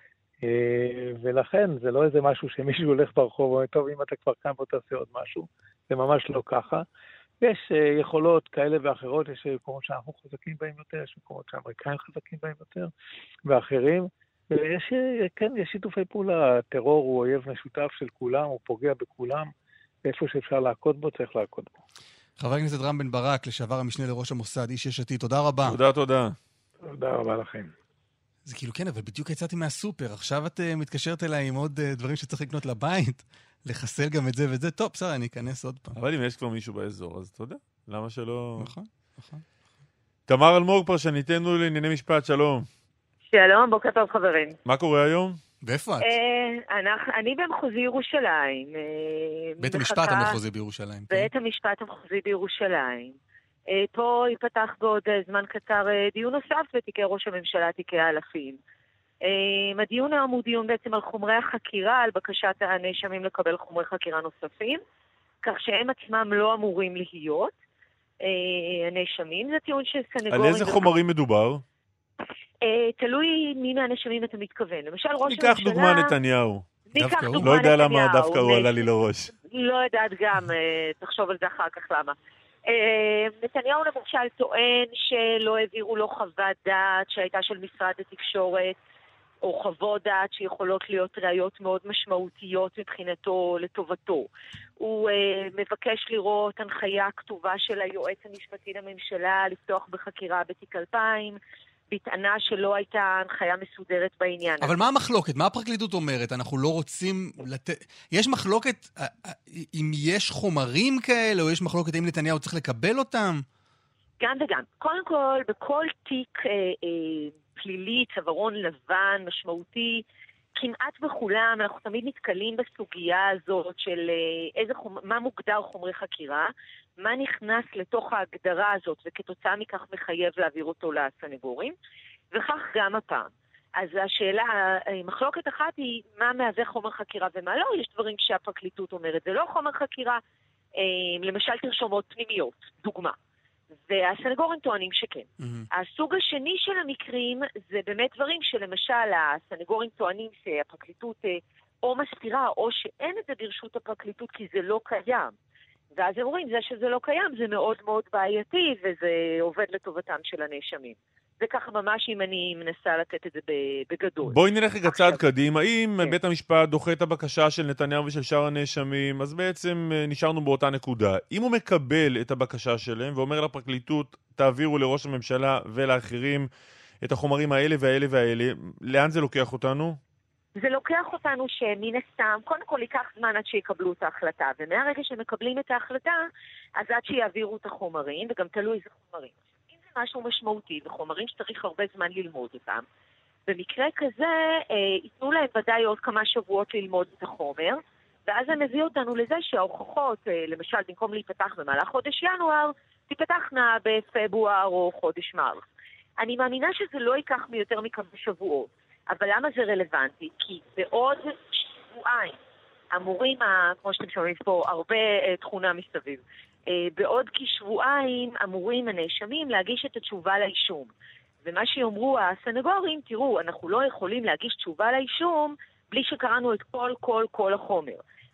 ולכן זה לא איזה משהו שמישהו הולך ברחוב, או טוב, אם אתה כבר כאן בוא תעשה עוד משהו. זה ממש לא ככה. יש יכולות כאלה ואחרות, יש מקומות שאנחנו חזקים בהם יותר, יש מקומות שהאמריקאים חזקים בהם יותר, ואחרים. ויש, כן, יש שיתופי פעולה. הטרור הוא אויב משותף של כולם, הוא פוגע בכולם. איפה שאפשר להכות בו, צריך להכות בו. חבר הכנסת רם בן ברק, לשעבר המשנה לראש המוסד, איש יש עתיד, תודה רבה. תודה. תודה רבה לכם. זה כאילו כן, אבל בדיוק יצאתי מהסופר. עכשיו את מתקשרת אליי עם עוד דברים שצריך לקנות לבית, לחסל גם את זה ואת זה. טוב, בסדר, אני אכנס עוד פעם. אבל אם יש כבר מישהו באזור, אז אתה יודע, למה שלא... נכון. תמר אלמוג, פרשניתנו לענייני משפט, שלום. שלום, בוקר טוב חברים. מה קורה היום? ואיפה את? אני במחוזי ירושלים. בית המשפט המחוזי בירושלים. בית המשפט המחוזי בירושלים. פה ייפתח בעוד זמן קצר דיון נוסף בתיקי ראש הממשלה, תיקי האלפים. הדיון היום הוא דיון בעצם על חומרי החקירה, על בקשת הנאשמים לקבל חומרי חקירה נוספים, כך שהם עצמם לא אמורים להיות הנאשמים. זה טיעון של סנגורים. על איזה חומרים מדובר? תלוי מי מהנאשמים אתה מתכוון. למשל ראש הממשלה... ניקח דוגמה נתניהו. לא יודע למה דווקא הוא עלה לי לראש. לא יודעת גם, תחשוב על זה אחר כך למה. נתניהו למשל טוען שלא העבירו לו חוות דעת שהייתה של משרד התקשורת, או חוות דעת שיכולות להיות ראיות מאוד משמעותיות מבחינתו לטובתו. הוא מבקש לראות הנחיה כתובה של היועץ המשפטי לממשלה לפתוח בחקירה בתיק 2000, בטענה שלא הייתה הנחיה מסודרת בעניין. אבל מה המחלוקת? מה הפרקליטות אומרת? אנחנו לא רוצים לתת... יש מחלוקת אם יש חומרים כאלה, או יש מחלוקת אם נתניהו צריך לקבל אותם? גם וגם. קודם כל, בכל תיק פלילי, צווארון לבן, משמעותי, כמעט בכולם אנחנו תמיד נתקלים בסוגיה הזאת של מה מוגדר חומרי חקירה, מה נכנס לתוך ההגדרה הזאת, וכתוצאה מכך מחייב להעביר אותו לסנגורים, וכך גם הפעם. אז השאלה, מחלוקת אחת היא מה מהווה חומר חקירה ומה לא. יש דברים שהפרקליטות אומרת, זה לא חומר חקירה, למשל תרשומות פנימיות, דוגמה. והסנגורים טוענים שכן. הסוג השני של המקרים זה באמת דברים שלמשל הסנגורים טוענים שהפרקליטות או מסתירה או שאין את זה ברשות הפרקליטות כי זה לא קיים. ואז הם אומרים, זה שזה לא קיים זה מאוד מאוד בעייתי וזה עובד לטובתם של הנאשמים. זה ככה ממש אם אני מנסה לתת את זה בגדול. בואי נלך רגע צעד קדימה. אם בית המשפט דוחה את הבקשה של נתניהו ושל שאר הנאשמים, אז בעצם נשארנו באותה נקודה. אם הוא מקבל את הבקשה שלהם ואומר לפרקליטות, תעבירו לראש הממשלה ולאחרים את החומרים האלה והאלה והאלה, לאן זה לוקח אותנו? זה לוקח אותנו שמן הסתם, קודם כל ייקח זמן עד שיקבלו את ההחלטה, ומהרגע שמקבלים את ההחלטה, אז עד שיעבירו את החומרים, וגם תלוי איזה חומרים. משהו משמעותי, וחומרים שצריך הרבה זמן ללמוד אותם. במקרה כזה, ייתנו להם ודאי עוד כמה שבועות ללמוד את החומר, ואז זה מביא אותנו לזה שההוכחות, למשל, במקום להיפתח במהלך חודש ינואר, תיפתחנה בפברואר או חודש מרס. אני מאמינה שזה לא ייקח מיותר מכמה שבועות. אבל למה זה רלוונטי? כי בעוד שבועיים, אמורים, כמו שאתם שומעים פה, הרבה תכונה מסביב, בעוד כשבועיים אמורים הנאשמים להגיש את התשובה לאישום. ומה שיאמרו הסנגורים, תראו, אנחנו לא יכולים להגיש תשובה לאישום בלי שקראנו את כל החומר.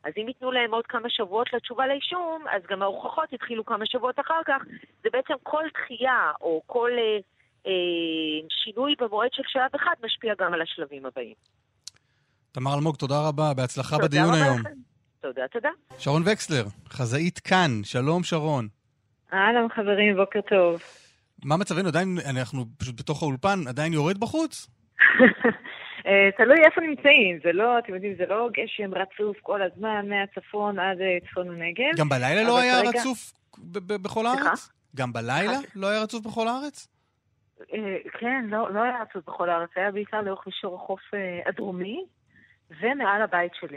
אז אם ייתנו להם עוד כמה שבועות לתשובה לאישום, אז גם ההוכחות יתחילו כמה שבועות אחר כך. זה בעצם כל דחייה או כל שינוי במועד של שלב אחד משפיע גם על השלבים הבאים. תמר אלמוג, תודה רבה, בהצלחה בדיון היום. תודה. שרון וקסלר, חזאית כאן, שלום שרון. אהלן חברים, בוקר טוב. מה מצבנו? עדיין, אנחנו פשוט בתוך האולפן, עדיין יורד בחוץ? תלוי איפה נמצאים, זה לא, אתם יודעים, זה לא גשם רצוף כל הזמן, מהצפון עד צפון הנגב. גם בלילה לא היה רצוף בכל הארץ? גם בלילה לא היה רצוף בכל הארץ? כן, לא היה רצוף בכל הארץ, היה בעיקר לאורך מישור החוף הדרומי, ומעל הבית שלי.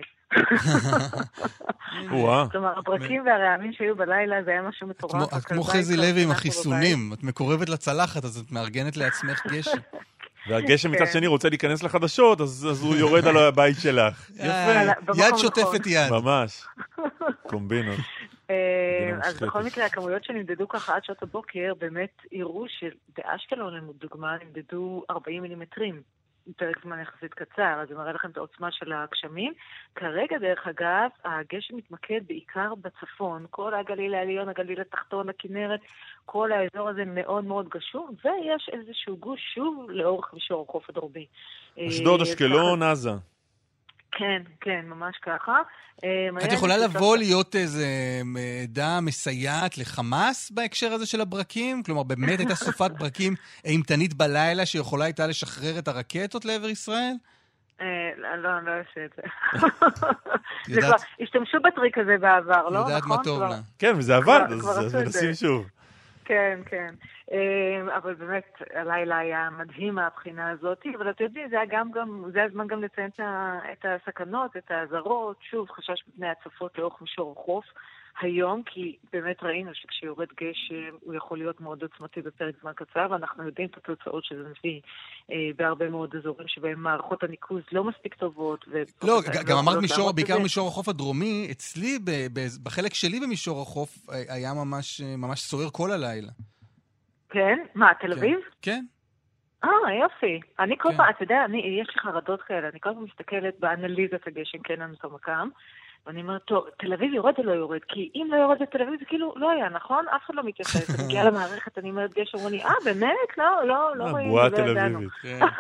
כלומר, הברקים והרעמים שהיו בלילה, זה היה משהו מטורף. את כמו חזי לוי עם החיסונים, את מקורבת לצלחת, אז את מארגנת לעצמך גשם. והגשם מצד שני רוצה להיכנס לחדשות, אז הוא יורד על הבית שלך. יפה, יד שוטפת יד. ממש, קומבינות. אז בכל מקרה, הכמויות שנמדדו ככה עד שעות הבוקר, באמת הראו שבאשקלון, לדוגמה, נמדדו 40 מילימטרים. פרק זמן יחסית קצר, אז זה מראה לכם את העוצמה של הגשמים. כרגע, דרך אגב, הגשם מתמקד בעיקר בצפון. כל הגליל העליון, הגליל התחתון, הכנרת, כל האזור הזה מאוד מאוד גשום, ויש איזשהו גוש שוב לאורך מישור החוף הדרומי. אשדוד, אשקלון, עזה. כן, ממש ככה. את יכולה לבוא להיות איזה עדה מסייעת לחמאס בהקשר הזה של הברקים? כלומר, באמת הייתה סופת ברקים אימתנית בלילה שיכולה הייתה לשחרר את הרקטות לעבר ישראל? לא, אני לא אעשה את זה. השתמשו בטריק הזה בעבר, לא? יודעת מה טוב לה. כן, וזה עבד, אז מנסים שוב. כן. אבל באמת, הלילה היה מדהים מהבחינה הזאת, אבל אתם יודעים, זה הזמן גם לציין את הסכנות, את האזהרות, שוב, חשש מפני הצפות לאורך מישור החוף היום, כי באמת ראינו שכשיורד גשם, הוא יכול להיות מאוד עוצמתי בפרק זמן קצר, ואנחנו יודעים את התוצאות שזה מביא בהרבה מאוד אזורים שבהם מערכות הניקוז לא מספיק טובות. לא, גם אמרת בעיקר מישור החוף הדרומי, אצלי, בחלק שלי במישור החוף, היה ממש סוער כל הלילה. כן? מה, תל אביב? כן. יופי. אני כל פעם, אתה יודע, יש לי חרדות כאלה, אני כל פעם מסתכלת באנליזת הגשם, כן, אני סומקם, ואני אומרת, טוב, תל אביב יורד או לא יורד? כי אם לא יורד בתל אביב, זה כאילו לא היה, נכון? אף אחד לא מתייחס. אני מגיעה למערכת, אני אומרת גשם, ואני, באמת? לא רואים, בועה תל אביבית.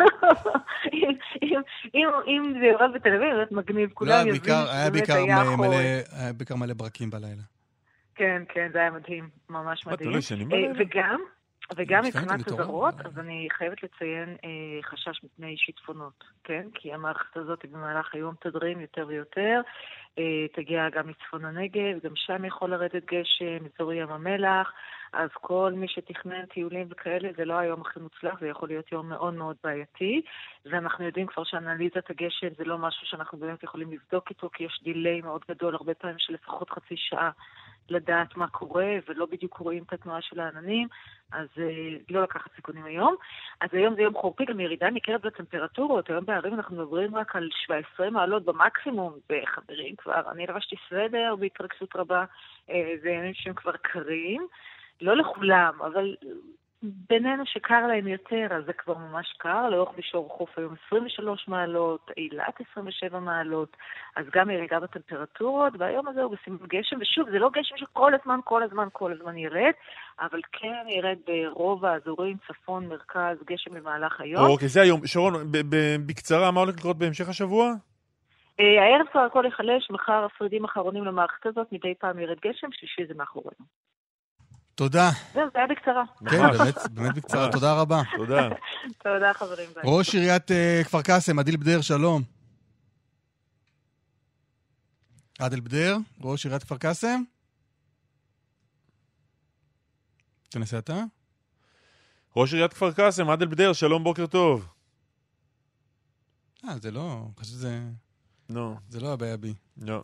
אם זה יורד בתל אביב, זה מגניב, כולם יבין שבאמת היה חורף. היה בעיקר מלא ברקים בלילה. כן, זה היה מדהים, ממש מדהים. וגם מבחינת הזרות, אז אני חייבת לציין חשש מפני שיטפונות, כן? כי המערכת הזאת במהלך היום תדרים יותר ויותר, תגיע גם מצפון הנגב, גם שם יכול לרדת גשם, אזור ים המלח, אז כל מי שתכנן טיולים וכאלה, זה לא היום הכי מוצלח, זה יכול להיות יום מאוד מאוד בעייתי, ואנחנו יודעים כבר שאנליזת הגשם זה לא משהו שאנחנו באמת יכולים לבדוק איתו, כי יש דיליי מאוד גדול, הרבה פעמים של לפחות חצי שעה לדעת מה קורה, ולא בדיוק רואים את התנועה של העננים, אז לא לקחת סיכונים היום. אז היום זה יום חורפי, גם ירידה ניכרת בטמפרטורות, היום בערים אנחנו מדברים רק על 17 מעלות במקסימום, וחברים כבר, אני לבשתי סוודר בהתרגשות רבה, זה ימים שהם כבר קרים, לא לכולם, אבל בינינו שקר להם יותר, אז זה כבר ממש קר, לאורך מישור החוף היום 23 מעלות, אילת 27 מעלות, אז גם ירידה בטמפרטורות, והיום הזה הוא בסימן גשם, ושוב, זה לא גשם שכל הזמן ירד, אבל כן ירד ברוב האזורים, צפון, מרכז, גשם במהלך היום. אוקיי, זה היום. שרון, בקצרה, מה הולך לקרות בהמשך השבוע? הערב כבר הכל יחלש, מחר הפרידים אחרונים למערכת הזאת, מדי פעם ירד גשם, שלישי זה מאחורינו. תודה. זה היה בקצרה. כן, באמת בקצרה. תודה רבה. תודה. תודה, חברים. ראש עיריית כפר קאסם, עדיל בדר, שלום. עדיל בדר, ראש עיריית כפר קאסם. תנסה אתה. ראש עיריית כפר קאסם, עדיל בדר, שלום, בוקר טוב. זה לא, חושב שזה... לא. זה לא הבעיה בי. לא.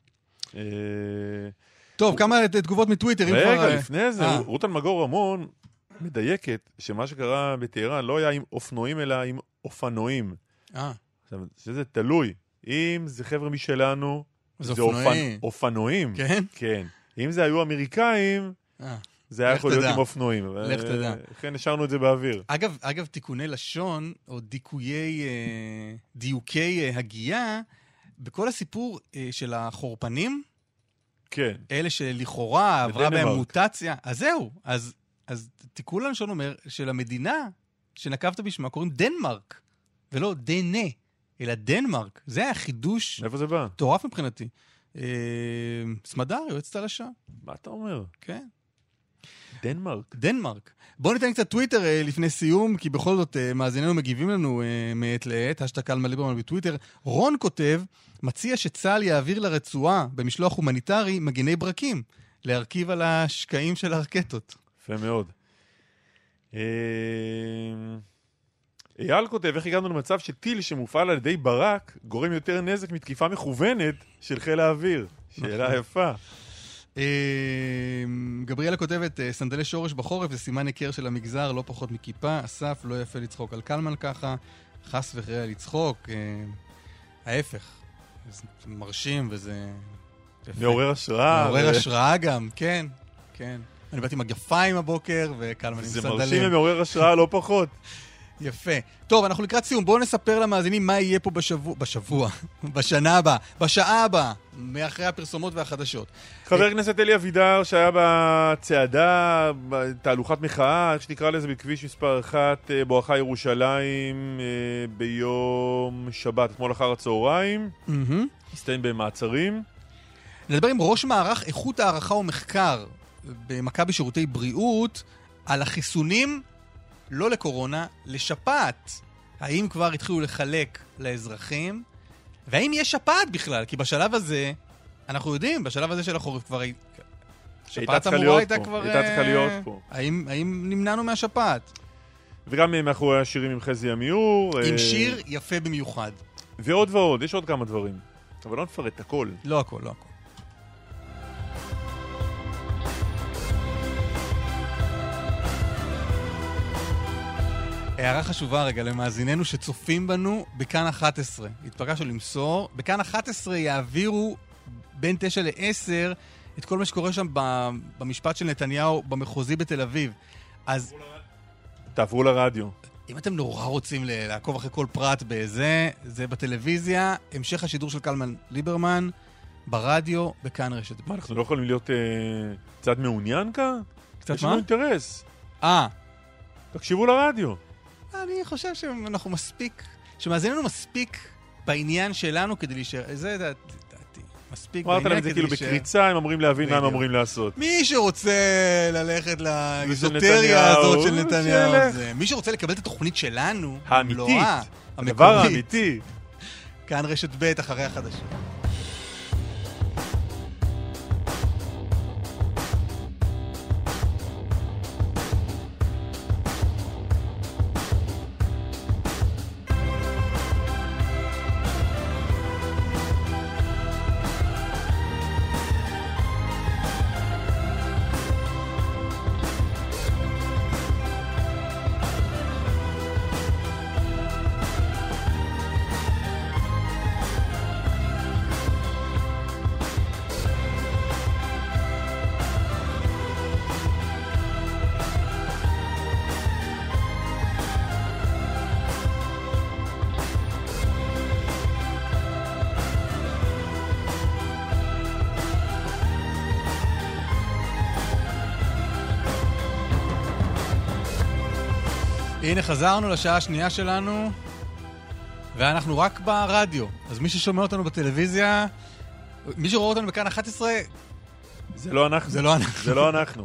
טוב, כמה תגובות מטוויטר. רגע, לפני זה, רותם מגור רמון מדייקת שמה שקרה בטהרן לא היה עם אופנועים, אלא עם אופנועים. עכשיו, שזה תלוי. אם זה חבר'ה משלנו, זה אופנועים. כן? כן. אם זה היו אמריקאים, זה היה יכול להיות עם אופנועים. לך תדע. לכן השארנו את זה באוויר. אגב, תיקוני לשון, או דיוקי הגייה, בכל הסיפור של החורפנים, כן. אלה שלכאורה עברה בהם מוטציה, אז זהו, אז תיקון לנשון אומר שלמדינה שנקבת בשמה קוראים דנמרק, ולא דנה, אלא דנמרק. זה היה חידוש... איפה זה בא? תורף מבחינתי. סמדר, יועצת על השעה. מה אתה אומר? כן. דנמרק. בואו ניתן קצת טוויטר לפני סיום, כי בכל זאת מאזיננו מגיבים לנו מעת לעת, השטג קלמן ליברמן בטוויטר. רון כותב, מציע שצה"ל יעביר לרצועה במשלוח הומניטרי מגיני ברקים, להרכיב על השקעים של הרקטות. יפה מאוד. אייל כותב, איך הגענו למצב שטיל שמופעל על ידי ברק גורם יותר נזק מתקיפה מכוונת של חיל האוויר? שאלה יפה. גבריאלה כותבת, סנדלי שורש בחורף זה סימן היכר של המגזר, לא פחות מכיפה. אסף, לא יפה לצחוק על קלמן ככה, חס וחלילה לצחוק. ההפך, זה מרשים וזה... מעורר השראה. מעורר השראה גם, כן, כן. אני באתי עם מגפיים הבוקר וקלמן עם סנדלים. זה מרשים ומעורר השראה לא פחות. יפה. טוב, אנחנו לקראת סיום. בואו נספר למאזינים מה יהיה פה בשנה הבאה, בשעה הבאה, מאחרי הפרסומות והחדשות. חבר הכנסת אלי אבידר, שהיה בצעדה, בתהלוכת מחאה, איך שתקרא לזה, בכביש מספר 1, בואכה ירושלים, ביום שבת, אתמול אחר הצהריים. הסתיים במעצרים. נדבר עם ראש מערך איכות הערכה ומחקר במכבי שירותי בריאות, על החיסונים לא לקורונה, לשפעת. האם כבר התחילו לחלק לאזרחים? והאם יש שפעת בכלל? כי בשלב הזה, אנחנו יודעים, בשלב הזה של החורף כבר... שפעת אמורה הייתה כבר... הייתה צריכה להיות פה. האם נמנענו מהשפעת? וגם מאחורי השירים עם חזי עמיור. עם שיר יפה במיוחד. ועוד ועוד, יש עוד כמה דברים. אבל לא נפרט הכל. לא הכל, לא הכל. הערה חשובה רגע למאזיננו שצופים בנו בכאן 11. התפגשנו למסור. בכאן 11 יעבירו בין 9 ל-10 את כל מה שקורה שם במשפט של נתניהו במחוזי בתל אביב. אז... תעברו לרדיו. אם אתם נורא רוצים לעקוב אחרי כל פרט בזה, זה בטלוויזיה, המשך השידור של קלמן ליברמן, ברדיו, בכאן רשת. מה, אנחנו לא יכולים להיות קצת מעוניין כאן? קצת מה? יש לנו אינטרס. תקשיבו לרדיו. אני חושב שאנחנו מספיק, שמאזיננו מספיק בעניין שלנו כדי להישאר. זה דעתי. מספיק בעניין כדי להישאר. אמרת להם זה כאילו בקריצה, הם אמורים להבין מה הם אמורים לעשות. מי שרוצה ללכת לאיזוטריה הזאת של נתניהו, מי שרוצה לקבל את התוכנית שלנו, האמיתית, הדבר האמיתי. כאן רשת ב' אחרי החדשות. הנה חזרנו לשעה השנייה שלנו, ואנחנו רק ברדיו. אז מי ששומע אותנו בטלוויזיה, מי שרואה אותנו בכאן 11, זה לא אנחנו. זה לא אנחנו. זה לא אנחנו.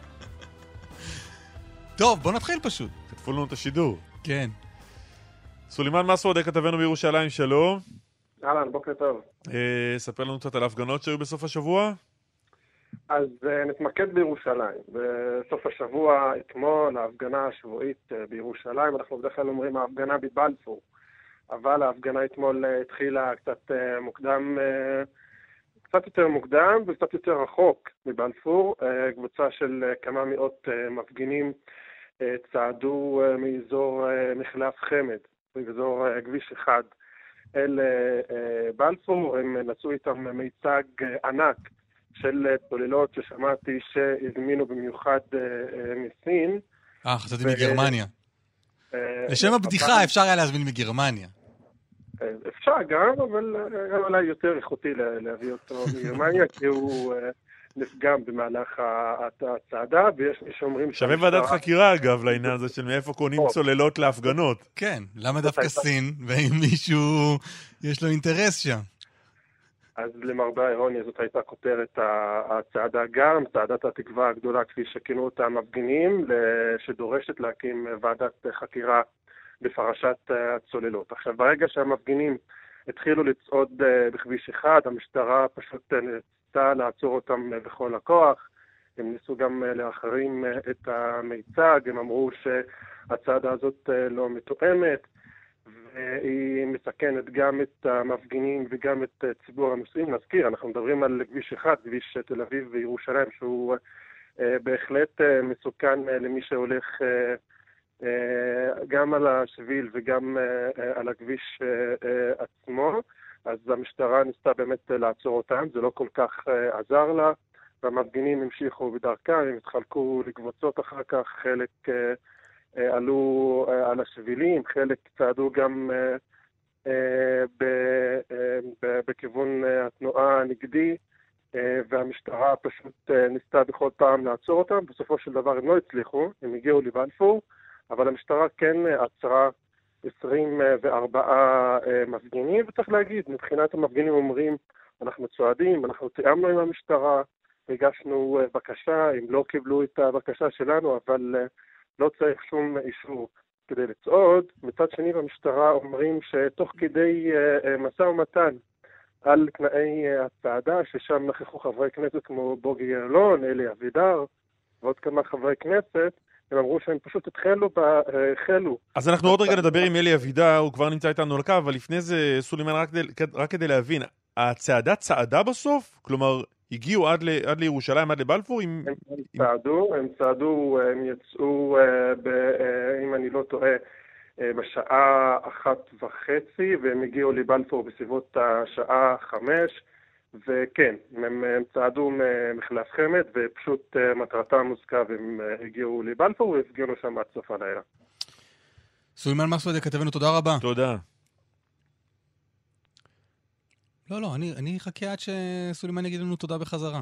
טוב, בוא נתחיל פשוט. כתבו לנו את השידור. כן. סולימן מסעודה, כתבנו בירושלים, שלום. אהלן, בוקר טוב. ספר לנו קצת על ההפגנות שהיו בסוף השבוע. אז נתמקד בירושלים. בסוף השבוע, אתמול, ההפגנה השבועית בירושלים, אנחנו בדרך כלל אומרים ההפגנה בבלפור, אבל ההפגנה אתמול התחילה קצת מוקדם, קצת יותר מוקדם וקצת יותר רחוק מבלפור. קבוצה של כמה מאות מפגינים צעדו מאזור מחלף חמד, מאזור כביש 1 אל בלפור. הם נצאו איתם מיצג ענק של צוללות ששמעתי שהזמינו במיוחד מסין. חשבתי מגרמניה. לשם הבדיחה אפשר היה להזמין מגרמניה. אפשר גם, אבל אולי יותר איכותי להביא אותו מגרמניה, כי הוא נפגם במהלך הצעדה, ויש מי שאומרים... שווה ועדת חקירה, אגב, לעניין הזה של מאיפה קונים צוללות להפגנות. כן, למה דווקא סין, ואם מישהו יש לו אינטרס שם? אז למרבה האירוניה זאת הייתה כותרת הצעדה גם, צעדת התקווה הגדולה כפי שכינו אותה המפגינים, שדורשת להקים ועדת חקירה בפרשת הצוללות. עכשיו, ברגע שהמפגינים התחילו לצעוד בכביש אחד, המשטרה פשוט ניסתה לעצור אותם בכל הכוח, הם ניסו גם להחרים את המיצג, הם אמרו שהצעדה הזאת לא מתואמת, והיא מסכנת גם את המפגינים וגם את ציבור הנוסעים. נזכיר, אנחנו מדברים על כביש אחד, כביש תל אביב וירושלים, שהוא בהחלט מסוכן למי שהולך גם על השביל וגם על הכביש עצמו. אז המשטרה ניסתה באמת לעצור אותם, זה לא כל כך עזר לה, והמפגינים המשיכו בדרכם, הם התחלקו לקבוצות אחר כך, חלק עלו על השבילים, חלק צעדו גם בכיוון התנועה הנגדי, והמשטרה פשוט ניסתה בכל פעם לעצור אותם. בסופו של דבר הם לא הצליחו, הם הגיעו לבלפור, אבל המשטרה כן עצרה 24 מפגינים, וצריך להגיד, מבחינת המפגינים אומרים, אנחנו צועדים, אנחנו תיאמנו עם המשטרה, הגשנו בקשה, הם לא קיבלו את הבקשה שלנו, אבל לא צריך שום אישור כדי לצעוד. מצד שני במשטרה אומרים שתוך כדי משא ומתן על תנאי הצעדה, ששם נכחו חברי כנסת כמו בוגי יעלון, אלי אבידר ועוד כמה חברי כנסת, הם אמרו שהם פשוט החלו. אז אנחנו עוד רגע נדבר עם אלי אבידר, הוא כבר נמצא איתנו על הקו, אבל לפני זה, סולימן, רק כדי להבין, הצעדה צעדה בסוף? כלומר, הגיעו עד לירושלים, עד לבלפור? הם צעדו, הם יצאו, אם אני לא טועה, בשעה 1:30, והם הגיעו לבלפור בסביבות השעה 5, וכן, הם צעדו מחלף חמד, ופשוט מטרתם מוזכה, והם הגיעו לבלפור, והפגינו שם עד סוף הלילה. סולימן מסוודה, כתבנו, תודה רבה. תודה. לא, אני אחכה עד שסולימן יגיד לנו תודה בחזרה.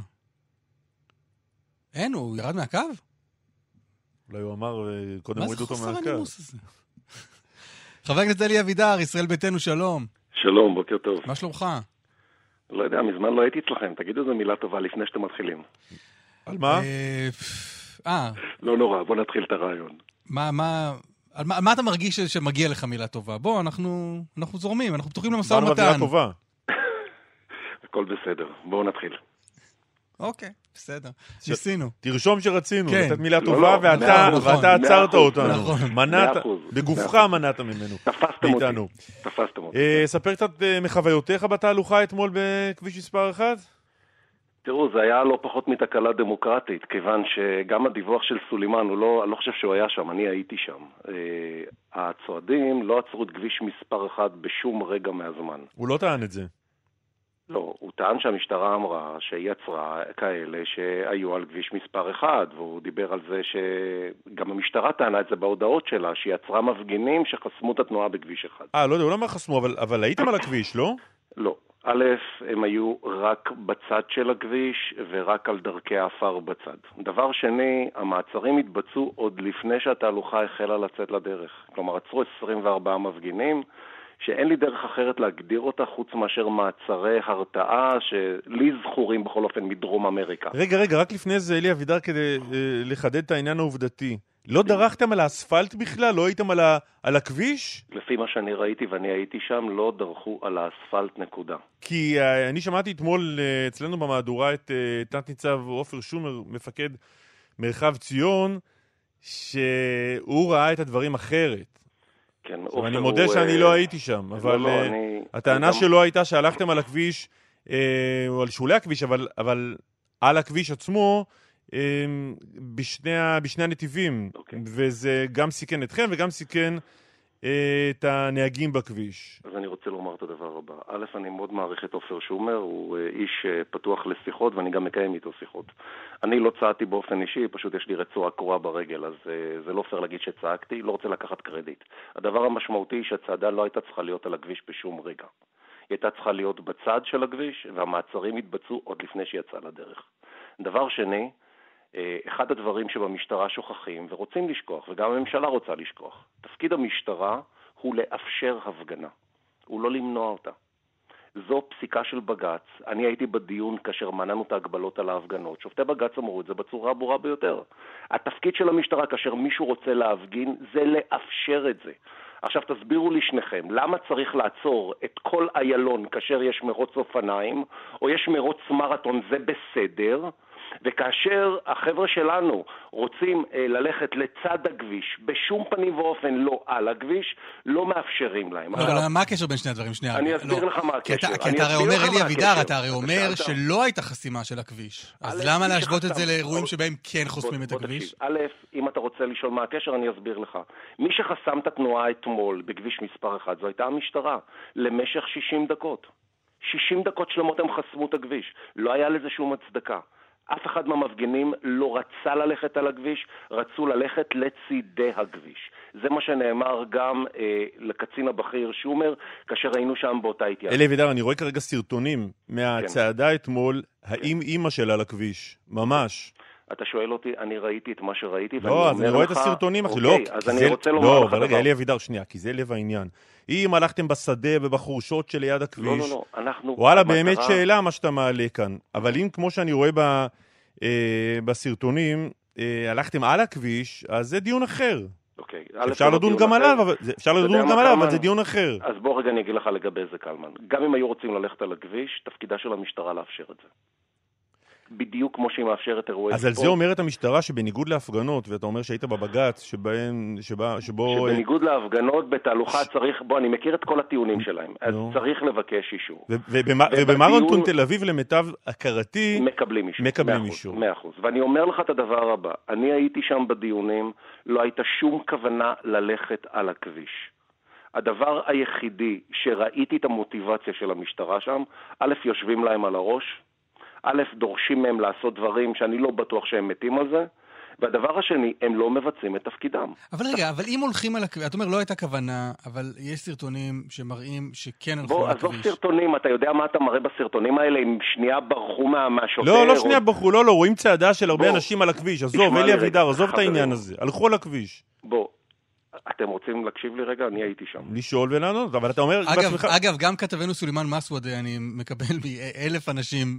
אין, הוא ירד מהקו? אולי הוא אמר, קודם הוריד אותו מהקו. מה זה חוסר הנימוס הזה? חבר הכנסת אלי אבידר, ישראל ביתנו, שלום. שלום, בוקר טוב. מה שלומך? לא יודע, מזמן לא הייתי אצלכם. תגידו איזו מילה טובה לפני שאתם מתחילים. על מה? לא נורא, בוא נתחיל את הרעיון. מה אתה מרגיש שמגיע לך מילה טובה? בוא, אנחנו זורמים, אנחנו פתוחים למשא ומתן. מילה טובה. הכל בסדר, בואו נתחיל. אוקיי, בסדר. ניסינו. תרשום שרצינו, לתת מילה טובה, ואתה עצרת אותנו. בגופך מנעת ממנו. תפסתם אותי. ספר קצת מחוויותיך בתהלוכה אתמול בכביש מספר 1? תראו, זה היה לא פחות מתקלה דמוקרטית, כיוון שגם הדיווח של סולימן, אני לא חושב שהוא היה שם, אני הייתי שם. הצועדים לא עצרו את כביש מספר 1 בשום רגע מהזמן. הוא לא טען את זה. לא, הוא טען שהמשטרה אמרה שהיא יצרה כאלה שהיו על כביש מספר 1, והוא דיבר על זה שגם המשטרה טענה את זה בהודעות שלה, שהיא יצרה מפגינים שחסמו את התנועה בכביש 1. לא יודע, הוא לא אומר חסמו, אבל הייתם על הכביש, לא? לא. א', הם היו רק בצד של הכביש ורק על דרכי האפר בצד. דבר שני, המעצרים התבצעו עוד לפני שהתהלוכה החלה לצאת לדרך. כלומר, עצרו 24 מפגינים, שאין לי דרך אחרת להגדיר אותה חוץ מאשר מעצרי הרתעה שלי זכורים בכל אופן מדרום אמריקה. רגע, רק לפני זה, אלי אבידר, כדי לחדד את העניין העובדתי. לא דרכתם על האספלט בכלל? לא הייתם על הכביש? לפי מה שאני ראיתי ואני הייתי שם, לא דרכו על האספלט, נקודה. כי אני שמעתי אתמול אצלנו במהדורה את תת ניצב עופר שומר, מפקד מרחב ציון, שהוא ראה את הדברים אחרת. כן, אני מודה שאני לא הייתי שם, אבל הטענה שלו הייתה שהלכתם על הכביש, או על שולי הכביש, אבל על הכביש עצמו, בשני הנתיבים, וזה גם סיכן אתכם וגם סיכן את הנהגים בכביש? אז אני רוצה לומר את הדבר הבא. א', אני מאוד מעריך את עופר שומר, הוא איש פתוח לשיחות, ואני גם מקיים איתו שיחות. אני לא צעקתי באופן אישי, פשוט יש לי רצועה קרועה ברגל, אז זה לא פייר להגיד שצעקתי, לא רוצה לקחת קרדיט. הדבר המשמעותי שהצעדה לא הייתה צריכה להיות על הכביש בשום רגע. היא הייתה צריכה להיות בצד של הכביש, והמעצרים התבצעו עוד לפני שהיא יצאה לדרך. דבר שני, אחד הדברים שבמשטרה שוכחים ורוצים לשכוח, וגם הממשלה רוצה לשכוח, תפקיד המשטרה הוא לאפשר הפגנה, הוא לא למנוע אותה. זו פסיקה של בג"ץ. אני הייתי בדיון כאשר מנענו את ההגבלות על ההפגנות. שופטי בג"ץ אמרו את זה בצורה ברורה ביותר. התפקיד של המשטרה כאשר מישהו רוצה להפגין זה לאפשר את זה. עכשיו תסבירו לי שניכם, למה צריך לעצור את כל איילון כאשר יש מרוץ אופניים או יש מרוץ מרתון, זה בסדר, וכאשר החבר'ה שלנו רוצים ללכת לצד הכביש, בשום פנים ואופן לא על הכביש, לא מאפשרים להם. אבל מה הקשר בין שני הדברים? אני אסביר לך מה הקשר. כי אתה הרי אומר, אלי אבידר, אתה הרי אומר שלא הייתה חסימה של הכביש. אז למה להשוות את זה לאירועים שבהם כן חוסמים את הכביש? א', אם אתה רוצה לשאול מה הקשר, אני אסביר לך. מי שחסם את התנועה אתמול בכביש מספר 1, זו הייתה המשטרה, למשך 60 דקות. 60 דקות שלמות הם חסמו את הכביש. לא היה לזה שום הצדקה. אף אחד מהמפגינים לא רצה ללכת על הכביש, רצו ללכת לצידי הכביש. זה מה שנאמר גם לקצין הבכיר שומר, כאשר היינו שם באותה התייעצות. אלי אבידר, אני רואה כרגע סרטונים מהצעדה אתמול, האם אמא שלה על הכביש? ממש. אתה שואל אותי, אני ראיתי את מה שראיתי, לא, אז אני רואה את הסרטונים, אחי, לא, אז אני רוצה לומר לך דבר. לא, רגע, אלי אבידר, שנייה, כי זה לב העניין. אם הלכתם בשדה ובחורשות שליד הכביש, לא, אנחנו... וואלה, באמת שאלה מה שאתה מעלה כאן. אבל אם, כמו שאני רואה בסרטונים, הלכתם על הכביש, אז זה דיון אחר. אוקיי. אפשר לדון גם עליו, אבל זה דיון אחר. אז בוא רגע אני אגיד לך לגבי זה, קלמן. גם אם היו רוצים ללכת על הכביש, תפקידה של המשטרה לאפשר את זה. בדיוק כמו שהיא מאפשרת אירועי ספורט. אז על זה אומרת המשטרה שבניגוד להפגנות, ואתה אומר שהיית בבג"ץ, שבו... שבניגוד להפגנות בתהלוכה צריך, אני מכיר את כל הטיעונים שלהם, אז צריך לבקש אישור. ובמרתון תל אביב למיטב הכרתי, מקבלים אישור. 100%. ואני אומר לך את הדבר הבא, אני הייתי שם בדיונים, לא הייתה שום כוונה ללכת על הכביש. הדבר היחידי שראיתי את המוטיבציה של המשטרה שם, א', יושבים להם על הראש, א', דורשים מהם לעשות דברים שאני לא בטוח שהם מתים על זה, והדבר השני, הם לא מבצעים את תפקידם. אבל רגע, אבל אם הולכים על הכביש, אתה אומר, לא הייתה כוונה, אבל יש סרטונים שמראים שכן הלכו על הכביש. עזוב סרטונים, אתה יודע מה אתה מראה בסרטונים האלה, אם שנייה ברחו מהשוטר? לא שנייה ברחו, לא, רואים צעדה של הרבה אנשים על הכביש, עזוב, אלי אבידר, עזוב את העניין הזה, הלכו על הכביש. אתם רוצים להקשיב לי רגע? אני הייתי שם. לשאול ולענות, אבל אתה אומר... אגב, גם כתבנו סולימן מסווד, אני מקבל מ1,000 אנשים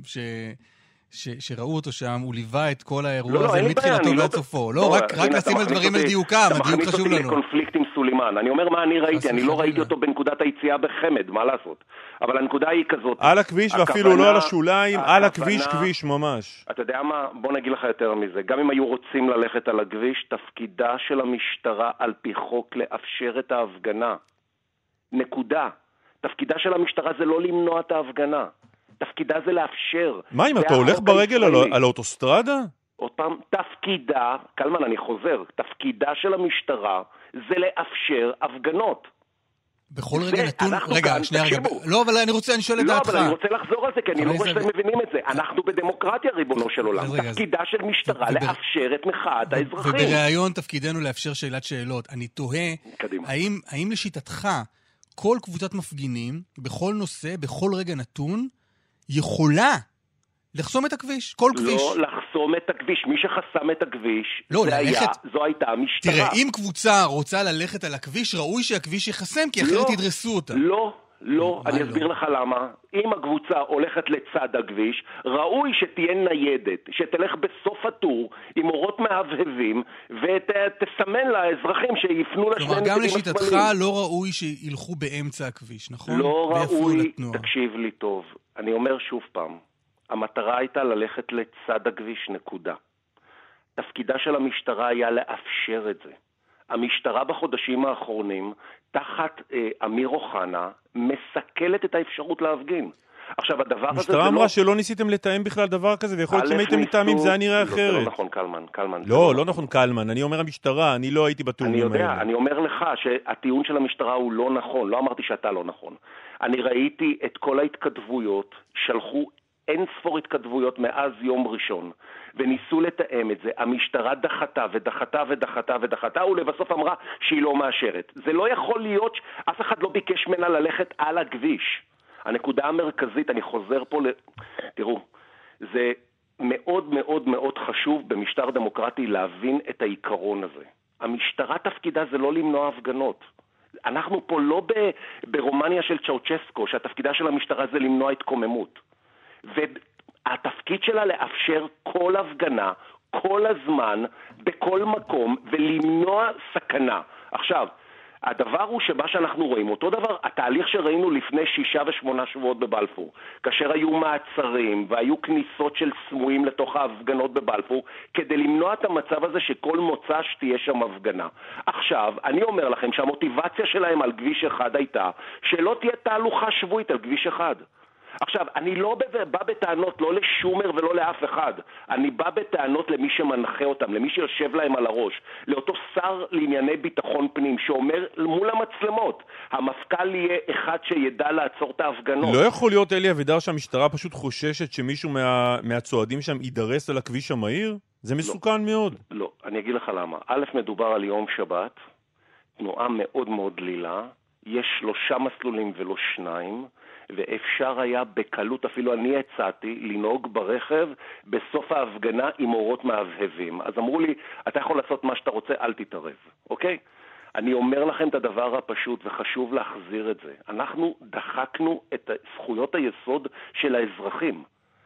שראו אותו שם, הוא ליווה את כל האירוע הזה מתחילתו ועד סופו. לא, רק לשים על דברים על דיוקם, הדיוק חשוב לנו. אתה מכניס אותי לקונפליקט עם סולימן. אני אומר מה אני ראיתי, אני לא ראיתי אותו בנקודת היציאה בחמד, מה לעשות? אבל הנקודה היא כזאת. על הכביש ואפילו לא על השוליים, על הכביש, כביש ממש. אתה יודע מה? בוא נגיד לך יותר מזה. גם אם היו רוצים ללכת על הכביש, תפקידה של המשטרה על פי חוק לאפשר את ההפגנה. נקודה. תפקידה של המשטרה זה לא למנוע את ההפגנה. תפקידה זה לאפשר. מה אם אתה הולך ברגל על האוטוסטרדה? עוד פעם, תפקידה, קלמן אני חוזר, תפקידה של המשטרה זה לאפשר הפגנות. בכל רגע נתון, רגע, שנייה רגע, לא, אבל אני שואל את דעתך. לא, אבל אני רוצה לחזור על זה, כי אני לא רואה שאתם מבינים את זה. אנחנו בדמוקרטיה, ריבונו של עולם. תפקידה של משטרה לאפשר את מחאת האזרחים. ובראיון תפקידנו לאפשר שאלת שאלות. אני תוהה, האם לשיטתך כל קבוצת מפגינים, בכל נושא, בכל רגע נתון, יכולה לחסום את הכביש, כל כביש. לא לחסום את הכביש, מי שחסם את הכביש, זו הייתה המשטרה. תראה, אם קבוצה רוצה ללכת על הכביש, ראוי שהכביש יחסם, כי אחרת ידרסו אותה. לא, אני אסביר לך למה. אם הקבוצה הולכת לצד הכביש, ראוי שתהיה ניידת, שתלך בסוף הטור עם אורות מהבהבים, ותסמן לאזרחים שיפנו לשני נתיבים. כלומר, גם לשיטתך לא ראוי שילכו באמצע הכביש, נכון? לא ראוי, תקשיב לי טוב. אני אומר שוב פעם, המטרה הייתה ללכת לצד הכביש, נקודה. תפקידה של המשטרה היה לאפשר את זה. המשטרה בחודשים האחרונים, תחת אמיר אוחנה, מסכלת את האפשרות להפגין. עכשיו, הדבר הזה זה המשטרה אמרה שלא ניסיתם לתאם בכלל דבר כזה, ויכול להיות שאם הייתם מתאמים זה היה נראה אחרת. זה לא נכון, קלמן. לא נכון, קלמן. אני אומר המשטרה, אני לא הייתי בתאומים האלה. אני יודע, אני אומר לך שהטיעון של המשטרה הוא לא נכון, לא אמרתי שאתה לא נכון. אני ראיתי את כל ההתכתבויות, שלחו אין ספור התכתבויות מאז יום ראשון, וניסו לתאם את זה. המשטרה דחתה, ולבסוף אמרה שהיא לא מאשרת. זה לא יכול להיות, אף אחד לא ביקש ממנה ללכת על הכביש. הנקודה המרכזית, אני חוזר פה תראו, זה מאוד מאוד מאוד חשוב במשטר דמוקרטי להבין את העיקרון הזה. המשטרה תפקידה זה לא למנוע הפגנות. אנחנו פה לא ברומניה של צ'אוצ'סקו, שהתפקידה של המשטרה זה למנוע התקוממות. והתפקיד שלה לאפשר כל הפגנה, כל הזמן, בכל מקום, ולמנוע סכנה. עכשיו, הדבר הוא שמה שאנחנו רואים, אותו דבר, התהליך שראינו לפני 6 ו8 שבועות בבלפור, כאשר היו מעצרים והיו כניסות של סמויים לתוך ההפגנות בבלפור, כדי למנוע את המצב הזה שכל מוצא שתהיה שם הפגנה. עכשיו, אני אומר לכם שהמוטיבציה שלהם על כביש אחד הייתה, שלא תהיה תהלוכה שבועית על כביש אחד. עכשיו, אני לא בא בטענות לא לשומר ולא לאף אחד. אני בא בטענות למי שמנחה אותם, למי שיושב להם על הראש, לאותו שר לענייני ביטחון פנים שאומר מול המצלמות, המפכ"ל יהיה אחד שידע לעצור את ההפגנות. לא יכול להיות, אלי אבידר, שהמשטרה פשוט חוששת שמישהו מהצועדים שם יידרס על הכביש המהיר? זה מסוכן מאוד. לא, אני אגיד לך למה. א', מדובר על יום שבת, תנועה מאוד מאוד דלילה, יש 3 מסלולים ולא 2, ואפשר היה בקלות, אפילו אני הצעתי, לנהוג ברכב בסוף ההפגנה עם אורות מהבהבים. אז אמרו לי, אתה יכול לעשות מה שאתה רוצה, אל תתערב, אוקיי? אני אומר לכם את הדבר הפשוט, וחשוב להחזיר את זה. אנחנו דחקנו את זכויות היסוד של האזרחים.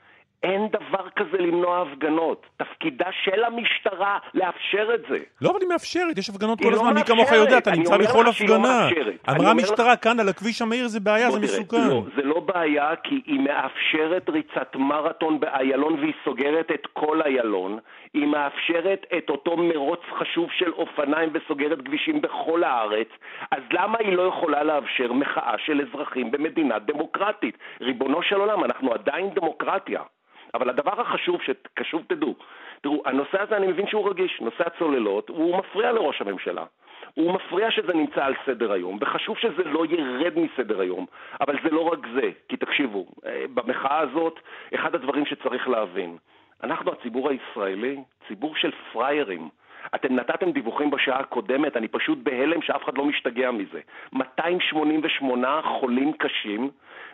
אין דבר כזה למנוע הפגנות. תפקידה של המשטרה לאפשר את זה. לא, אבל היא מאפשרת. יש הפגנות כל הזמן. מי כמוך יודע, אתה נמצא בכל הפגנה. אמרה המשטרה כאן על הכביש המהיר זה בעיה, זה מסוכן. לא, זה לא בעיה, כי היא מאפשרת ריצת מרתון באיילון, והיא סוגרת את כל איילון. היא מאפשרת את אותו מרוץ חשוב של אופניים וסוגרת כבישים בכל הארץ. אז למה היא לא יכולה לאפשר מחאה של אזרחים במדינה דמוקרטית? ריבונו של עולם, אנחנו עדיין דמוקרטיה. אבל הדבר החשוב שחשוב תראו, הנושא הזה אני מבין שהוא רגיש, נושא הצוללות, הוא מפריע לראש הממשלה. הוא מפריע שזה נמצא על סדר היום, וחשוב שזה לא ירד מסדר היום. אבל זה לא רק זה, כי תקשיבו, במחאה הזאת, אחד הדברים שצריך להבין, אנחנו הציבור הישראלי, ציבור של פריירים. אתם נתתם דיווחים בשעה הקודמת, אני פשוט בהלם שאף אחד לא משתגע מזה. 288 חולים קשים,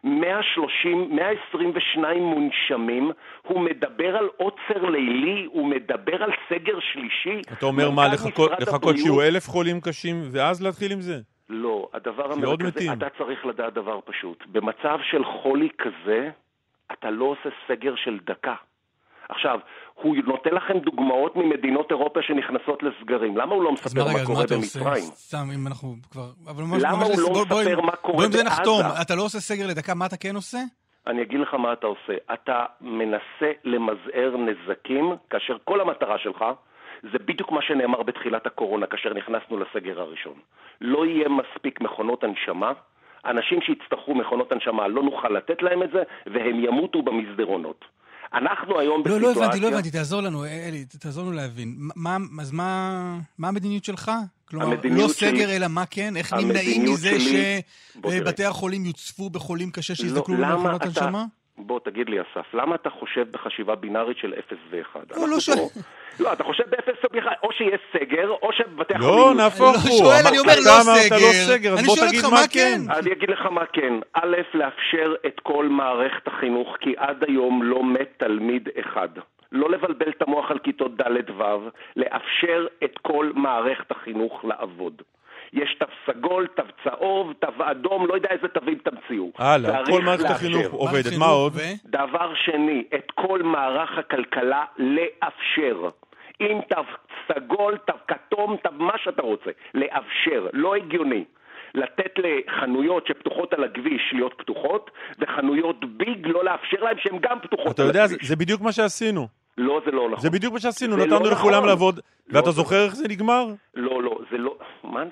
122 מונשמים, הוא מדבר על עוצר לילי, הוא מדבר על סגר שלישי. אתה אומר מה, לחכות שיהיו 1,000 חולים קשים ואז להתחיל עם זה? לא, הדבר המרכזי, אתה צריך לדעת דבר פשוט. במצב של חולי כזה, אתה לא עושה סגר של דקה. עכשיו, הוא נותן לכם דוגמאות ממדינות אירופה שנכנסות לסגרים. למה הוא לא מספר מה קורה במצרים? סתם, אם אנחנו כבר... למה הוא לא מספר מה קורה בעזה? אתה לא עושה סגר לדקה, מה אתה כן עושה? אני אגיד לך מה אתה עושה. אתה מנסה למזער נזקים, כאשר כל המטרה שלך, זה בדיוק מה שנאמר בתחילת הקורונה, כאשר נכנסנו לסגר הראשון. לא יהיה מספיק מכונות הנשמה, אנשים שיצטרכו מכונות הנשמה, לא נוכל לתת להם את זה, והם ימותו במסדרונות. אנחנו היום בסיטואציה... לא הבנתי, תעזור לנו, אלי, תעזור לנו להבין. אז מה המדיניות שלך? כלומר, לא סגר, אלא מה כן? איך נמנעים מזה שבתי החולים יוצפו בחולים קשה שיזדקלו במכונות הנשמה? בוא, תגיד לי, אסף, למה אתה חושב בחשיבה בינארית של 0 ו-1? לא שואל. לא, אתה חושב ב-0 ו-1, או שיש סגר, או שבתי החולים... לא, נהפוך הוא. שואל, אני אומר לא סגר. אני שואל אותך מה כן. אני אגיד לך מה כן. א', לאפשר את כל מערכת החינוך, כי עד היום לא מת תלמיד אחד. לא לבלבל את המוח על כיתות ד' ו', לאפשר את כל מערכת החינוך לעבוד. יש תו סגול, תו צהוב, תו אדום, לא יודע איזה תווים תמציאו. כל מערכת החינוך עובדת, מה עוד? דבר שני, את כל מערך הכלכלה לאפשר. עם תו סגול, תו כתום, תו מה שאתה רוצה. לאפשר, לא הגיוני. לתת לחנויות שפתוחות על הכביש להיות פתוחות, וחנויות ביג לא לאפשר להם שהן גם פתוחות. אתה יודע, זה בדיוק מה שעשינו. לא, זה לא נכון. זה בדיוק מה שעשינו, נתנו לכולם לעבוד, ואתה זוכר איך זה נגמר? לא, זה לא... מה זה?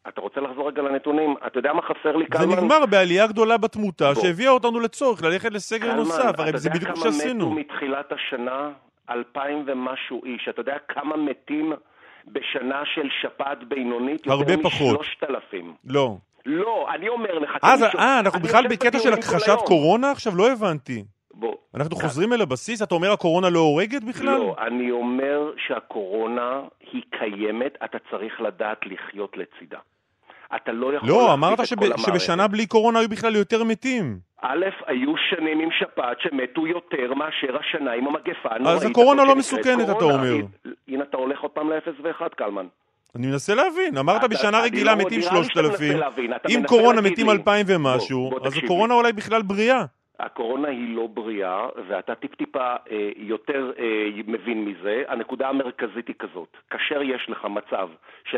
אתה רוצה לחזור רגע לנתונים? אתה יודע מה חסר לי, קלמן? זה נגמר בעלייה גדולה בתמותה, שהביאה אותנו לצורך ללכת לסגר נוסף, הרי זה בדיוק שעשינו. אתה יודע כמה מתו מתחילת השנה? 2,000 ומשהו איש. אתה יודע כמה מתים בשנה של שפעת בינונית? הרבה פחות. 3,000. לא. לא, אני אומר לך... אנחנו בכלל בקטע של הכחשת קורונה עכשיו? לא הבנתי. אנחנו חוזרים אל הבסיס? אתה אומר הקורונה לא הורגת בכלל? לא, אני אומר שהקורונה היא קיימת, אתה צריך לדעת לחיות לצידה. אתה לא יכול... לא, אמרת שבשנה בלי קורונה היו בכלל יותר מתים. א', היו שנים עם שפעת שמתו יותר מאשר השנה עם המגפה. אז הקורונה לא מסוכנת, אתה אומר. הנה, אתה הולך עוד פעם ל-0 ו-1, קלמן. אני מנסה להבין. אמרת בשנה רגילה מתים 3,000, אם קורונה מתים 2,000 ומשהו, אז הקורונה אולי בכלל בריאה. הקורונה היא לא בריאה, ואתה טיפה יותר מבין מזה. הנקודה המרכזית היא כזאת. כאשר יש לך מצב של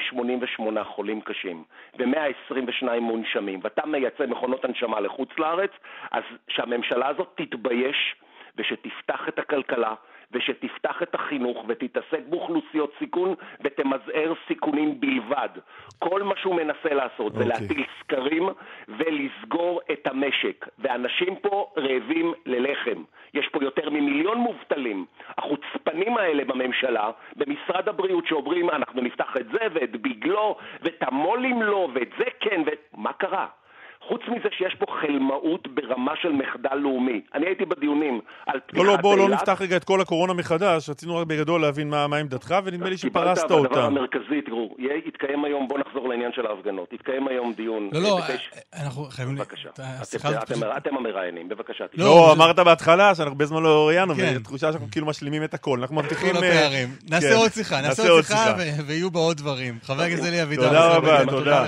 288 חולים קשים ו-122 מונשמים, ואתה מייצא מכונות הנשמה לחוץ לארץ, אז שהממשלה הזאת תתבייש ושתפתח את הכלכלה, ושתפתח את החינוך ותתעסק באוכלוסיות סיכון ותמזער סיכונים בלבד. כל מה שהוא מנסה לעשות זה להטיל סקרים ולסגור את המשק. ואנשים פה רעבים ללחם. יש פה יותר ממיליון מובטלים. החוצפנים האלה בממשלה, במשרד הבריאות שאומרים אנחנו נפתח את זה ואת ביגלו ואת המולים לו ואת זה כן ומה קרה? חוץ מזה שיש פה חלמאות ברמה של מחדל לאומי. אני הייתי בדיונים על פתיחת אילת. בוא לא נפתח רגע את כל הקורונה מחדש. רצינו רק בגדול להבין מה עמדתך, ונדמה לי שפרסת אותה. הדבר המרכזי, תראו, יתקיים היום, בוא נחזור לעניין של ההפגנות. יתקיים היום דיון. לא, אנחנו חייבים... בבקשה. אתם המראיינים, בבקשה. לא, אמרת בהתחלה שאנחנו בזמן לא ראיינו, ותחושה שאנחנו כאילו משלימים את הכל. אנחנו מבטיחים... נעשה עוד שיחה, ויהיו בה עוד דברים. חבר הכנסת אלי אבידר. תודה רבה, תודה.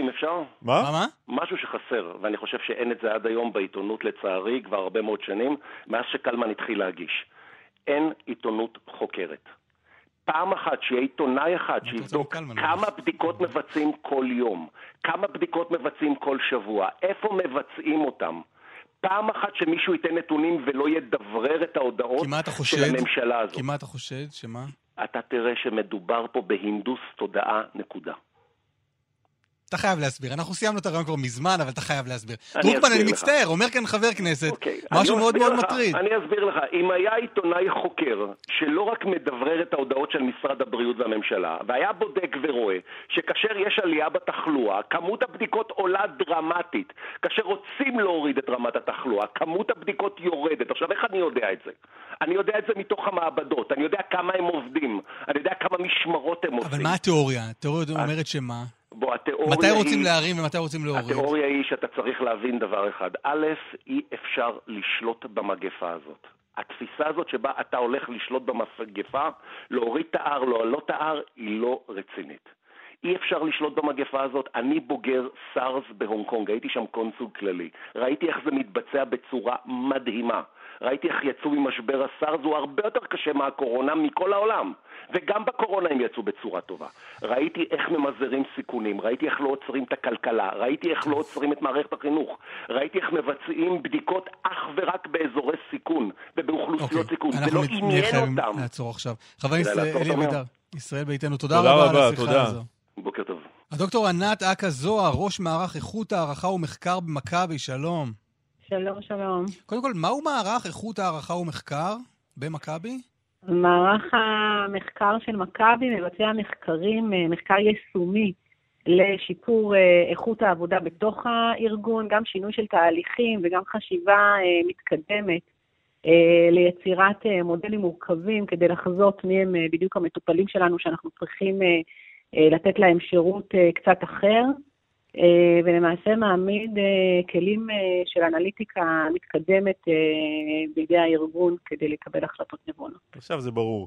מה? משהו שחסר, ואני חושב שאין את זה עד היום בעיתונות לצערי, כבר הרבה מאוד שנים, מאז שקלמן התחיל להגיש. אין עיתונות חוקרת. פעם אחת שיהיה עיתונאי אחד שיבדוק כמה בדיקות מבצעים כל יום, כמה בדיקות מבצעים כל שבוע, איפה מבצעים אותם. פעם אחת שמישהו ייתן נתונים ולא ידברר את ההודעות של הממשלה הזאת. כי מה אתה חושד? שמה? אתה תראה שמדובר פה בהינדוס תודעה נקודה. אתה חייב להסביר. אנחנו סיימנו את הרעיון כבר מזמן, אבל אתה חייב להסביר. דרוקמן, אני מצטער, אומר כאן חבר כנסת, משהו מאוד מאוד מטריד. אני אסביר לך. אם היה עיתונאי חוקר, שלא רק מדברר את ההודעות של משרד הבריאות והממשלה, והיה בודק ורואה, שכאשר יש עלייה בתחלואה, כמות הבדיקות עולה דרמטית. כאשר רוצים להוריד את רמת התחלואה, כמות הבדיקות יורדת. עכשיו, איך אני יודע את זה? אני יודע את זה מתוך המעבדות. אני יודע כמה הם עובדים. אני יודע כמה משמרות הם עושים. אבל מה התיאוריה? התיאוריה אומרת שמה? מתי רוצים להרים ומתי רוצים להוריד? התיאוריה היא שאתה צריך להבין דבר אחד. א', אי אפשר לשלוט במגפה הזאת. התפיסה הזאת שבה אתה הולך לשלוט במגפה, להוריד את הער, להעלות את הער, היא לא רצינית. אי אפשר לשלוט במגפה הזאת. אני בוגר סארס בהונג קונג, הייתי שם קונסול כללי. ראיתי איך זה מתבצע בצורה מדהימה. ראיתי איך יצאו ממשבר הסארס, הוא הרבה יותר קשה מהקורונה מכל העולם. וגם בקורונה הם יצאו בצורה טובה. ראיתי איך ממזערים סיכונים, ראיתי איך לא עוצרים את הכלכלה, ראיתי איך לא עוצרים את מערכת החינוך, ראיתי איך מבצעים בדיקות אך ורק באזורי סיכון ובאוכלוסיות סיכון. זה לא עניין אותם. נעצור עכשיו. חבר הכנסת אלי אבידר, ישראל ביתנו, תודה רבה על השיחה הזו. בוקר טוב. הדוקטור ענת אקה זוהר, ראש מערך איכות הערכה ומחקר במכבי, שלום. שלום, שלום. קודם כל, מהו מערך איכות הערכה ומחקר במכבי? מערך המחקר של מכבי מבצע מחקר יישומי לשיפור איכות העבודה בתוך הארגון, גם שינוי של תהליכים וגם חשיבה מתקדמת ליצירת מודלים מורכבים כדי לחזות מי הם בדיוק המטופלים שלנו שאנחנו צריכים לתת להם שירות קצת אחר. ולמעשה מעמיד כלים של אנליטיקה מתקדמת בידי הארגון כדי לקבל החלטות נבונות. עכשיו זה ברור.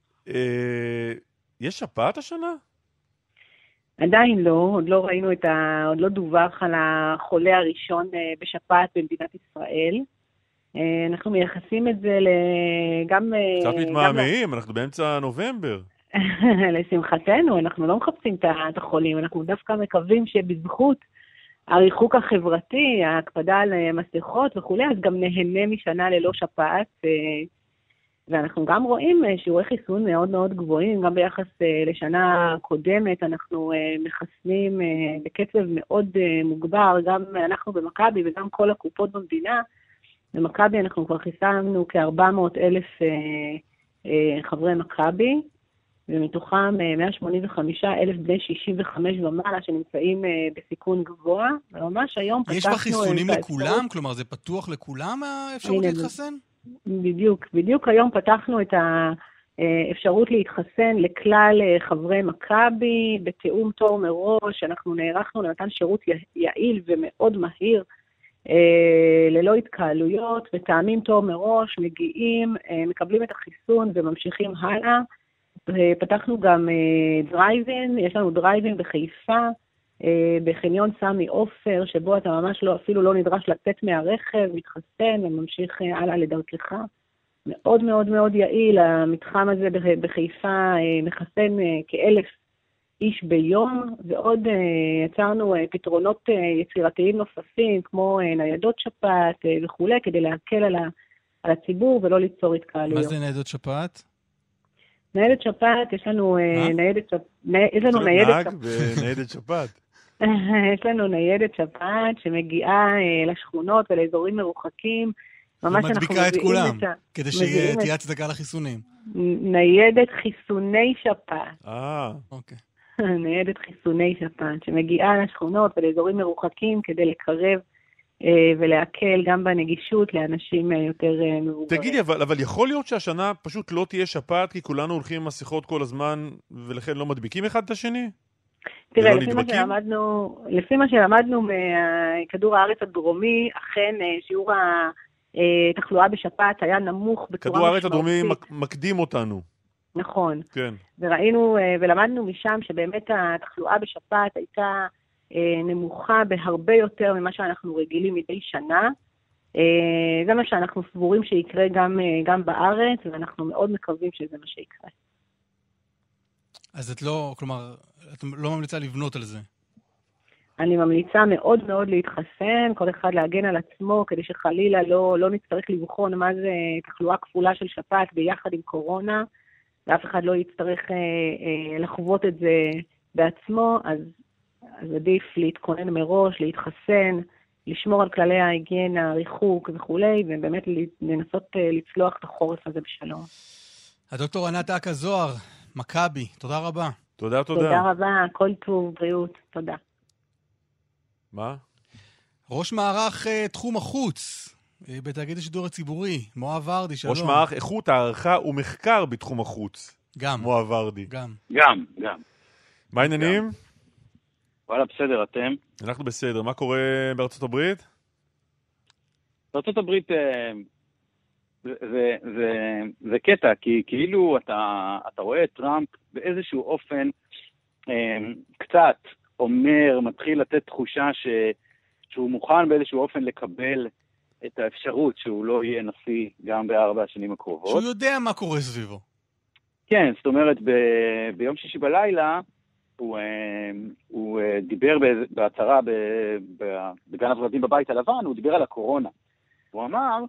יש שפעת השנה? עדיין לא, עוד לא ראינו עוד לא דווח על החולה הראשון בשפעת במדינת ישראל. אנחנו מייחסים את זה גם... קצת מתמהמהים, אנחנו באמצע נובמבר. לשמחתנו, אנחנו לא מחפשים את החולים, אנחנו דווקא מקווים שבזכות הריחוק החברתי, ההקפדה על מסכות וכו', אז גם נהנה משנה ללא שפעת, ואנחנו גם רואים שיעורי חיסון מאוד מאוד גבוהים, גם ביחס לשנה קודמת, אנחנו מחסנים בקצב מאוד מוגבר, גם אנחנו במכבי וגם כל הקופות במדינה. במכבי אנחנו כבר חיסנו כ-400,000 חברי מכבי, ומתוכם 185,000 בני 65 ומעלה שנמצאים בסיכון גבוה, וממש היום פתחנו... יש בה חיסונים לכולם? כלומר, זה פתוח לכולם האפשרות להתחסן? בדיוק היום פתחנו את האפשרות להתחסן לכלל חברי מכבי, בתיאום תור מראש, אנחנו נערכנו למתן שירות יעיל ומאוד מהיר, ללא התקהלויות, וטעמים תור מראש, מגיעים, מקבלים את החיסון וממשיכים הלאה. פתחנו גם דרייבין, יש לנו דרייבין בחיפה, בחניון סמי אופר, שבו אתה ממש אפילו לא נדרש לצאת מהרכב, מתחסן וממשיך הלאה לדרכך. מאוד מאוד מאוד יעיל, המתחם הזה בחיפה מחסן כ1,000 איש ביום, ועוד יצרנו פתרונות יצירתיים נוספים, כמו ניידות שפעת וכו', כדי להקל על הציבור ולא ליצור התקהלויות. מה זה ניידות שפעת? ניידת שפעת, יש לנו ניידת שפעת. יש לנו ניידת שפעת שמגיעה לשכונות ולאזורים מרוחקים. ומדביקה את כולם, כדי שתהיה הצדקה לחיסונים. ניידת חיסוני שפעת. אוקיי. ניידת חיסוני שפעת, שמגיעה לשכונות ולאזורים מרוחקים כדי לקרב ולהקל גם בנגישות לאנשים יותר מבוגרים. תגידי, אבל יכול להיות שהשנה פשוט לא תהיה שפעת, כי כולנו הולכים עם מסכות כל הזמן, ולכן לא מדביקים אחד את השני? תראה, לפי מה שלמדנו מכדור הארץ הדרומי, אכן שיעור התחלואה בשפעת היה נמוך בצורה משמעותית. כדור הארץ הדרומי מקדים אותנו. נכון. כן. וראינו ולמדנו משם שבאמת התחלואה בשפעת הייתה נמוכה בהרבה יותר ממה שאנחנו רגילים מדי שנה. זה מה שאנחנו סבורים שיקרה גם בארץ, ואנחנו מאוד מקווים שזה מה שיקרה. אז את לא ממליצה לבנות על זה? אני ממליצה מאוד מאוד להתחסן, כל אחד להגן על עצמו, כדי שחלילה לא נצטרך לבחון מה זה תחלואה כפולה של שפעת ביחד עם קורונה, ואף אחד לא יצטרך לחוות את זה בעצמו, אז עדיף להתכונן מראש, להתחסן, לשמור על כללי ההיגיינה, ריחוק וכו', ובאמת לנסות לצלוח את החורף הזה בשלום. הדוקטור ענת אקה זוהר, מכבי, תודה רבה. תודה. תודה רבה, כל טוב, בריאות, תודה. מה? ראש מערך תחום החוץ בתאגיד השידור הציבורי, מואב ורדי, שלום. ראש מערך איכות, הערכה ומחקר בתחום החוץ. גם. מואב ורדי. גם. מה העניינים? וואלה, בסדר, אתם? אנחנו בסדר. מה קורה בארצות הברית? בארצות הברית זה קטע, כי כאילו אתה רואה את טראמפ באיזשהו אופן קצת מתחיל לתת תחושה שהוא מוכן באיזשהו אופן לקבל את האפשרות שהוא לא יהיה נשיא גם ב4 השנים הקרובות. שהוא יודע מה קורה סביבו. כן, זאת אומרת, ביום שישי בלילה, הוא דיבר בהצהרה בגן הוורדים בבית הלבן, הוא דיבר על הקורונה. הוא אמר,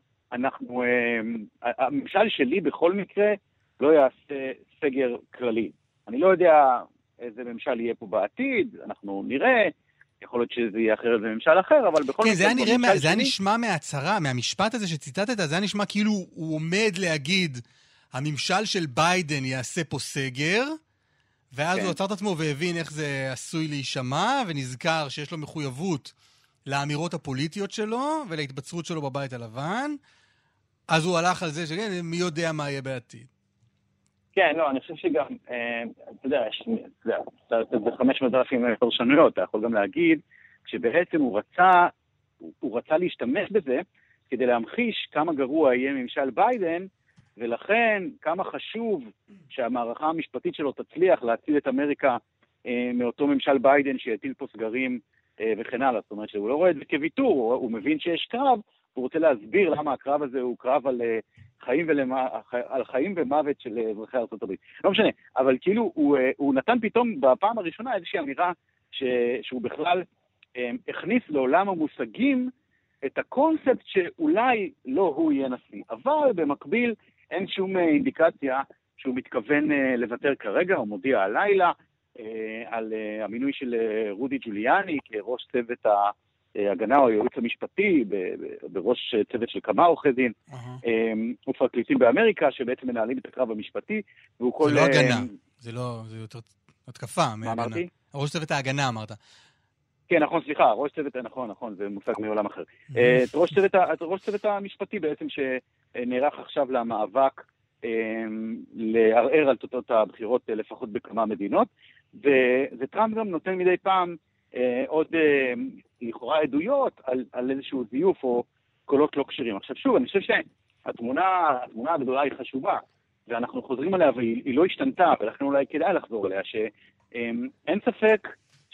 הממשל שלי בכל מקרה לא יעשה סגר כללי. אני לא יודע איזה ממשל יהיה פה בעתיד, אנחנו נראה, יכול להיות שזה יהיה אחרת בממשל אחר, אבל בכל מקרה... כן, זה היה נשמע מההצהרה, מהמשפט הזה שציטטת, זה היה נשמע כאילו הוא עומד להגיד, הממשל של ביידן יעשה פה סגר, ואז הוא עצר את עצמו והבין איך זה עשוי להישמע, ונזכר שיש לו מחויבות לאמירות הפוליטיות שלו, ולהתבצרות שלו בבית הלבן, אז הוא הלך על זה שכן, מי יודע מה יהיה בעתיד. כן, לא, אני חושב שגם, אתה יודע, זה 500,000 פרשנויות, אתה יכול גם להגיד, שבעצם הוא רצה להשתמש בזה, כדי להמחיש כמה גרוע יהיה ממשל ביידן, ולכן כמה חשוב שהמערכה המשפטית שלו תצליח להציל את אמריקה מאותו ממשל ביידן שיטיל פה סגרים וכן הלאה. זאת אומרת שהוא לא רואה את זה כוויתור, הוא מבין שיש קרב, הוא רוצה להסביר למה הקרב הזה הוא קרב על חיים ומוות של אזרחי ארצות הברית. לא משנה, אבל כאילו הוא נתן פתאום בפעם הראשונה איזושהי אמירה שהוא בכלל הכניס לעולם המושגים את הקונספט שאולי לא הוא יהיה נשיא, אבל במקביל אין שום אינדיקציה שהוא מתכוון לוותר כרגע, הוא מודיע הלילה על המינוי של רודי ג'וליאני כראש צוות ההגנה או הייעוץ המשפטי, בראש צוות של כמה עורכי דין, ופרקליטים באמריקה שבעצם מנהלים את הקרב המשפטי. זה לא הגנה, זה יותר התקפה. מה אמרתי? ראש צוות ההגנה אמרת. כן, נכון, סליחה, ראש צוות, נכון, זה מושג מעולם אחר. ראש צוות המשפטי בעצם שנערך עכשיו למאבק לערער על תוצאות הבחירות לפחות בכמה מדינות, וטראמפ גם נותן מדי פעם עוד לכאורה עדויות על איזשהו זיוף או קולות לא קשרים. עכשיו שוב, אני חושב שהתמונה הגדולה היא חשובה, ואנחנו חוזרים עליה והיא לא השתנתה, ולכן אולי כדאי לחזור עליה, שאין ספק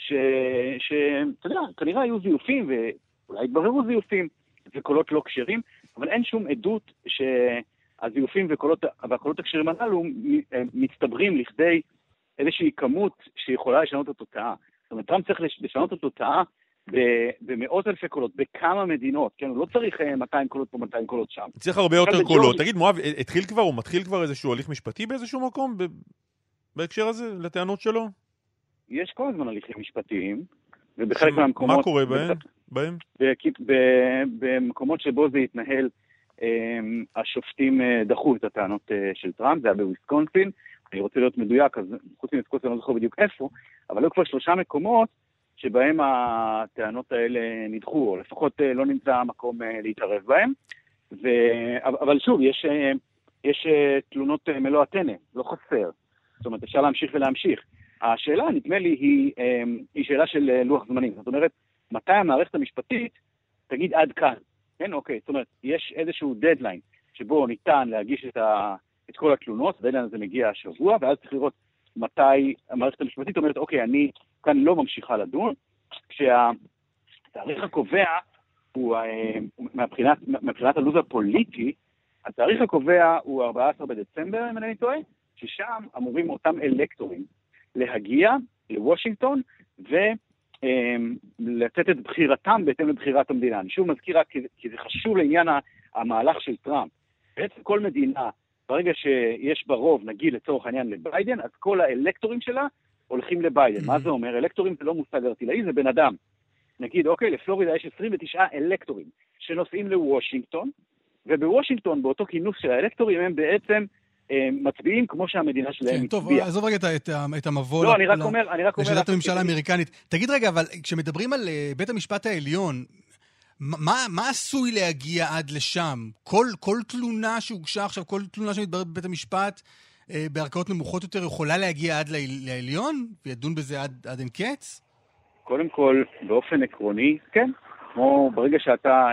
שאתה יודע, כנראה היו זיופים, ואולי התבררו זיופים וקולות לא קשרים, אבל אין שום עדות שהזיופים והקולות הקשרים הללו מצטברים לכדי איזושהי כמות שיכולה לשנות את התוצאה. זאת אומרת, טראמפ צריך לשנות את התוצאה במאות אלפי קולות, בכמה מדינות, כן? הוא לא צריך 200 קולות פה, 200 קולות שם. צריך הרבה יותר קולות. תגיד, מואב, הוא מתחיל כבר איזשהו הליך משפטי באיזשהו מקום בהקשר הזה, לטענות שלו? יש כל הזמן הליכים משפטיים, ובחלק מהמקומות... מה קורה בהם? במקומות שבו זה יתנהל, השופטים דחו את הטענות של טראמפ, זה היה בוויסקונסין, אני רוצה להיות מדויק, אז חוץ מוויסקונסין אני לא זוכר בדיוק איפה, אבל היו כבר 3 מקומות שבהם הטענות האלה נדחו, או לפחות לא נמצא מקום להתערב בהם, אבל שוב, יש תלונות מלוא הטנא, לא חסר, זאת אומרת, אפשר להמשיך ולהמשיך. השאלה, נדמה לי, היא שאלה של לוח זמנים. זאת אומרת, מתי המערכת המשפטית תגיד עד כאן? כן, אוקיי. זאת אומרת, יש איזשהו דדליין שבו ניתן להגיש את כל התלונות, הדדליין הזה מגיע השבוע, ואז צריך לראות מתי המערכת המשפטית אומרת, אוקיי, אני כאן לא ממשיכה לדון, כשהתאריך הקובע הוא, מבחינת הלו"ז הפוליטי, התאריך הקובע הוא 14 בדצמבר, אם אני טועה, ששם אמורים אותם אלקטורים להגיע לוושינגטון ולתת את בחירתם בהתאם לבחירת המדינה. אני שוב מזכיר רק כי זה חשוב לעניין המהלך של טראמפ. בעצם כל מדינה, ברגע שיש ברוב, נגיד לצורך העניין לביידן, אז כל האלקטורים שלה הולכים לביידן. מה זה אומר? אלקטורים זה לא מושג ארטילאי, זה בן אדם. נגיד, אוקיי, לפלורידה יש 29 אלקטורים שנוסעים לוושינגטון, ובוושינגטון, באותו כינוס של האלקטורים, הם בעצם מצביעים כמו שהמדינה שלהם מצביעה. טוב, עזוב רגע את המבוא. לא, אני רק אומר... לשאלת הממשלה האמריקנית. תגיד רגע, אבל כשמדברים על בית המשפט העליון, מה עשוי להגיע עד לשם? כל תלונה שהוגשה עכשיו, כל תלונה שמתבררת בבית המשפט, בערכאות נמוכות יותר, יכולה להגיע עד לעליון? וידון בזה עד אין קץ? קודם כל, באופן עקרוני, כן. כמו ברגע שאתה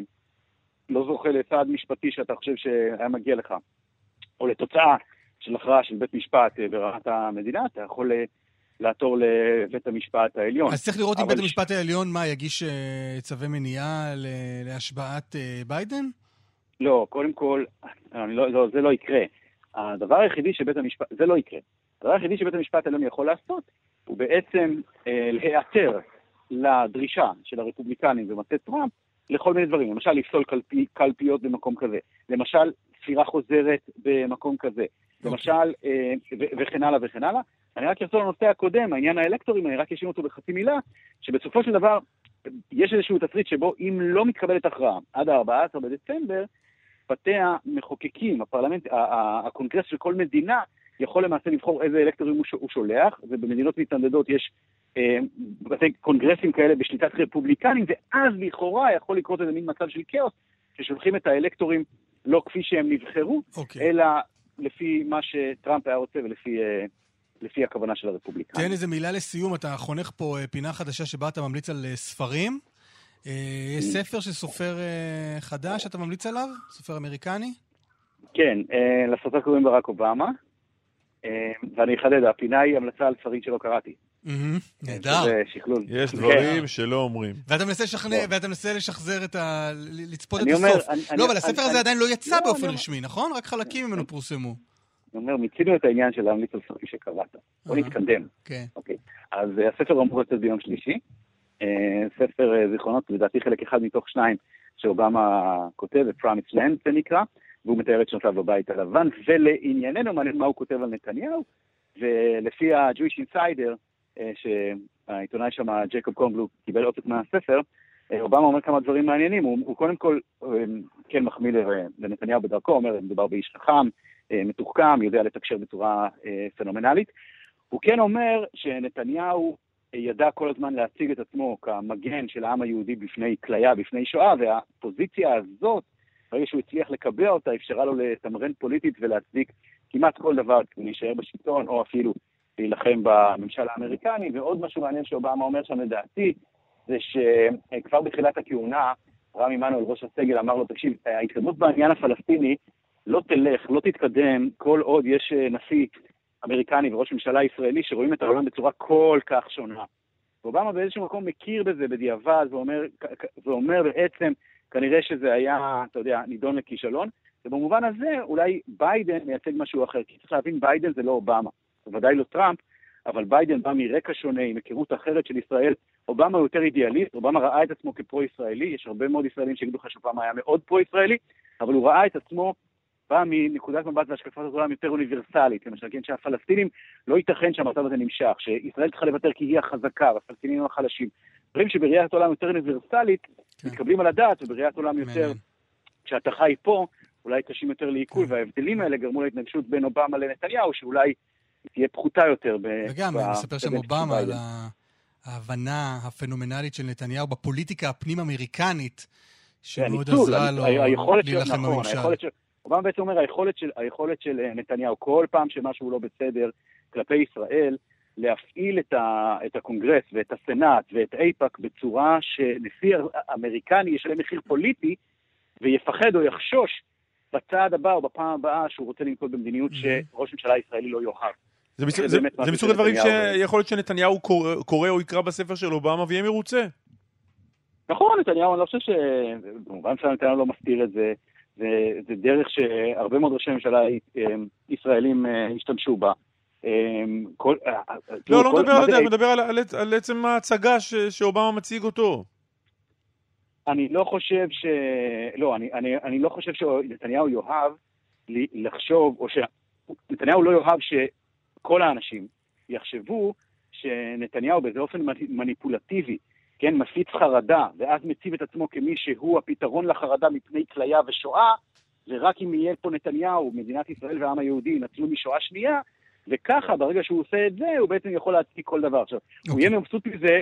לא זוכה לצעד משפטי שאתה חושב שהיה מגיע לך, או לתוצאה של הכרעה של בית משפט ברמת המדינה, אתה יכול לעתור לבית המשפט העליון. אז צריך לראות אם בית המשפט העליון, מה, יגיש צווי מניעה להשבעת ביידן? לא, קודם כל, זה לא יקרה. הדבר היחידי שבית המשפט, זה לא יקרה. הדבר היחידי שבית המשפט העליון יכול לעשות, הוא בעצם להיעתר לדרישה של הרפובליקנים ומטה טראמפ לכל מיני דברים. למשל, לפסול קלפיות במקום כזה. למשל, ספירה חוזרת במקום כזה. למשל, וכן הלאה וכן הלאה. אני רק ארצה לנושא הקודם, העניין האלקטורים, אני רק אשים אותו בחצי מילה, שבסופו של דבר יש איזשהו תסריט שבו אם לא מתקבלת הכרעה עד ה-14 בדצמבר, בתי המחוקקים, הפרלמנט, הקונגרס של כל מדינה, יכול למעשה לבחור איזה אלקטורים הוא שולח, ובמדינות מתנדדות יש בתי קונגרסים כאלה בשליטת רפובליקנים, ואז לכאורה יכול לקרות איזה מין מצב של כאוס, ששולחים את האלקטורים לא כפי שהם נבחרו, אלא לפי מה שטראמפ היה רוצה ולפי הכוונה של הרפובליקנים. תן איזה מילה לסיום, אתה חונך פה פינה חדשה שבה אתה ממליץ על ספרים. יש ספר של סופר חדש שאתה ממליץ עליו? סופר אמריקני? כן, לסופר קוראים ברק אובמה, ואני אחדד, הפינה היא המלצה על ספרים שלא קראתי. נהדר. יש דברים שלא אומרים. ואתה מנסה לשחזר לצפות את הסוף. לא, אבל הספר הזה עדיין לא יצא באופן רשמי, נכון? רק חלקים ממנו פורסמו. אני אומר, מיצינו את העניין של להמליץ על ספרים שקראת. בוא נתקדם. אז הספר אמור לצאת ביום שלישי. ספר זיכרונות, לדעתי חלק אחד מתוך 2 שאובמה כותב, Promised Land זה נקרא. והוא מתאר את שנותיו בבית הלבן, ולענייננו מעניין מה הוא כותב על נתניהו, ולפי ה-Jewish Insider, שהעיתונאי שם, ג'ייקוב קורנבלום, קיבל עותק מהספר, אובמה אומר כמה דברים מעניינים, הוא קודם כל כן מחמיא לנתניהו בדרכו, אומר, מדובר באיש חכם, מתוחכם, יודע לתקשר בצורה פנומנלית. הוא כן אומר שנתניהו ידע כל הזמן להציג את עצמו כמגן של העם היהודי בפני כליה, בפני שואה, והפוזיציה הזאת, ברגע שהוא הצליח לקבע אותה, אפשרה לו לתמרן פוליטית ולהצדיק כמעט כל דבר, להישאר בשלטון, או אפילו להילחם בממשל האמריקני. ועוד משהו מעניין שאובמה אומר שם לדעתי, זה שכבר בתחילת הכהונה, רם עמנואל, ראש הסגל, אמר לו, תקשיב, ההתקדמות בעניין הפלסטיני לא תלך, לא תתקדם, כל עוד יש נשיא אמריקני וראש ממשלה ישראלי שרואים את העולם בצורה כל כך שונה. ואובמה באיזשהו מקום מכיר בזה בדיעבד, ואומר בעצם, כנראה שזה היה, אתה יודע, נידון לכישלון, ובמובן הזה אולי ביידן מייצג משהו אחר, כי צריך להבין, ביידן זה לא אובמה, זה ודאי לא טראמפ, אבל ביידן בא מרקע שונה, עם היכרות אחרת של ישראל. אובמה הוא יותר אידיאליסט, אובמה ראה את עצמו כפרו-ישראלי, יש הרבה מאוד ישראלים שיגידו לך שאובמה היה מאוד פרו-ישראלי, אבל הוא ראה את עצמו, בא מנקודת מבט והשקפת העולם יותר אוניברסלית, למשל, כן, שהפלסטינים לא ייתכן שהמצב הזה נמשך, שישראל צריכה לוותר כי היא החזקה, והפלסטינים החלשים. דברים שבראיית עולם יותר אוניברסלית, מתקבלים על הדעת, ובראיית עולם יותר, כשאתה חי פה, אולי קשים יותר לעיכול, וההבדלים האלה גרמו להתנגשות בין אובמה לנתניהו, שאולי תהיה פחותה יותר. וגם, מספר שם אובמה על ההבנה הפנומנלית של נתניהו בפוליטיקה הפנים-אמריקנית, שמאוד עזרה לו להילחם בממשל. אובמה בעצם אומר, היכולת של נתניהו, כל פעם שמשהו לא בסדר כלפי ישראל, להפעיל את הקונגרס ואת הסנאט ואת אייפאק בצורה שנשיא אמריקני ישלם מחיר פוליטי, ויפחד או יחשוש בצעד הבא או בפעם הבאה שהוא רוצה לנקוט במדיניות שראש ממשלה ישראלי לא יאהב. זה מסוג הדברים שיכול להיות שנתניהו קורא או יקרא בספר של אובמה ויהיה מרוצה. נכון, נתניהו, אני לא חושב במובן שנתניהו לא מסתיר את זה, זה דרך שהרבה מאוד ראשי ממשלה ישראלים השתמשו בה. לא מדבר על זה, מדבר על עצם ההצגה שאובמה מציג אותו. אני לא חושב שנתניהו יאהב לחשוב, או שנתניהו לא יאהב שכל האנשים יחשבו שנתניהו באיזה אופן מניפולטיבי, כן, מפיץ חרדה, ואז מציב את עצמו כמי שהוא הפתרון לחרדה מפני כליה ושואה, ורק אם יהיה פה נתניהו, מדינת ישראל והעם היהודי ינצלו משואה שנייה, וככה, ברגע שהוא עושה את זה, הוא בעצם יכול להציג כל דבר. עכשיו, הוא יהיה מבסוט מזה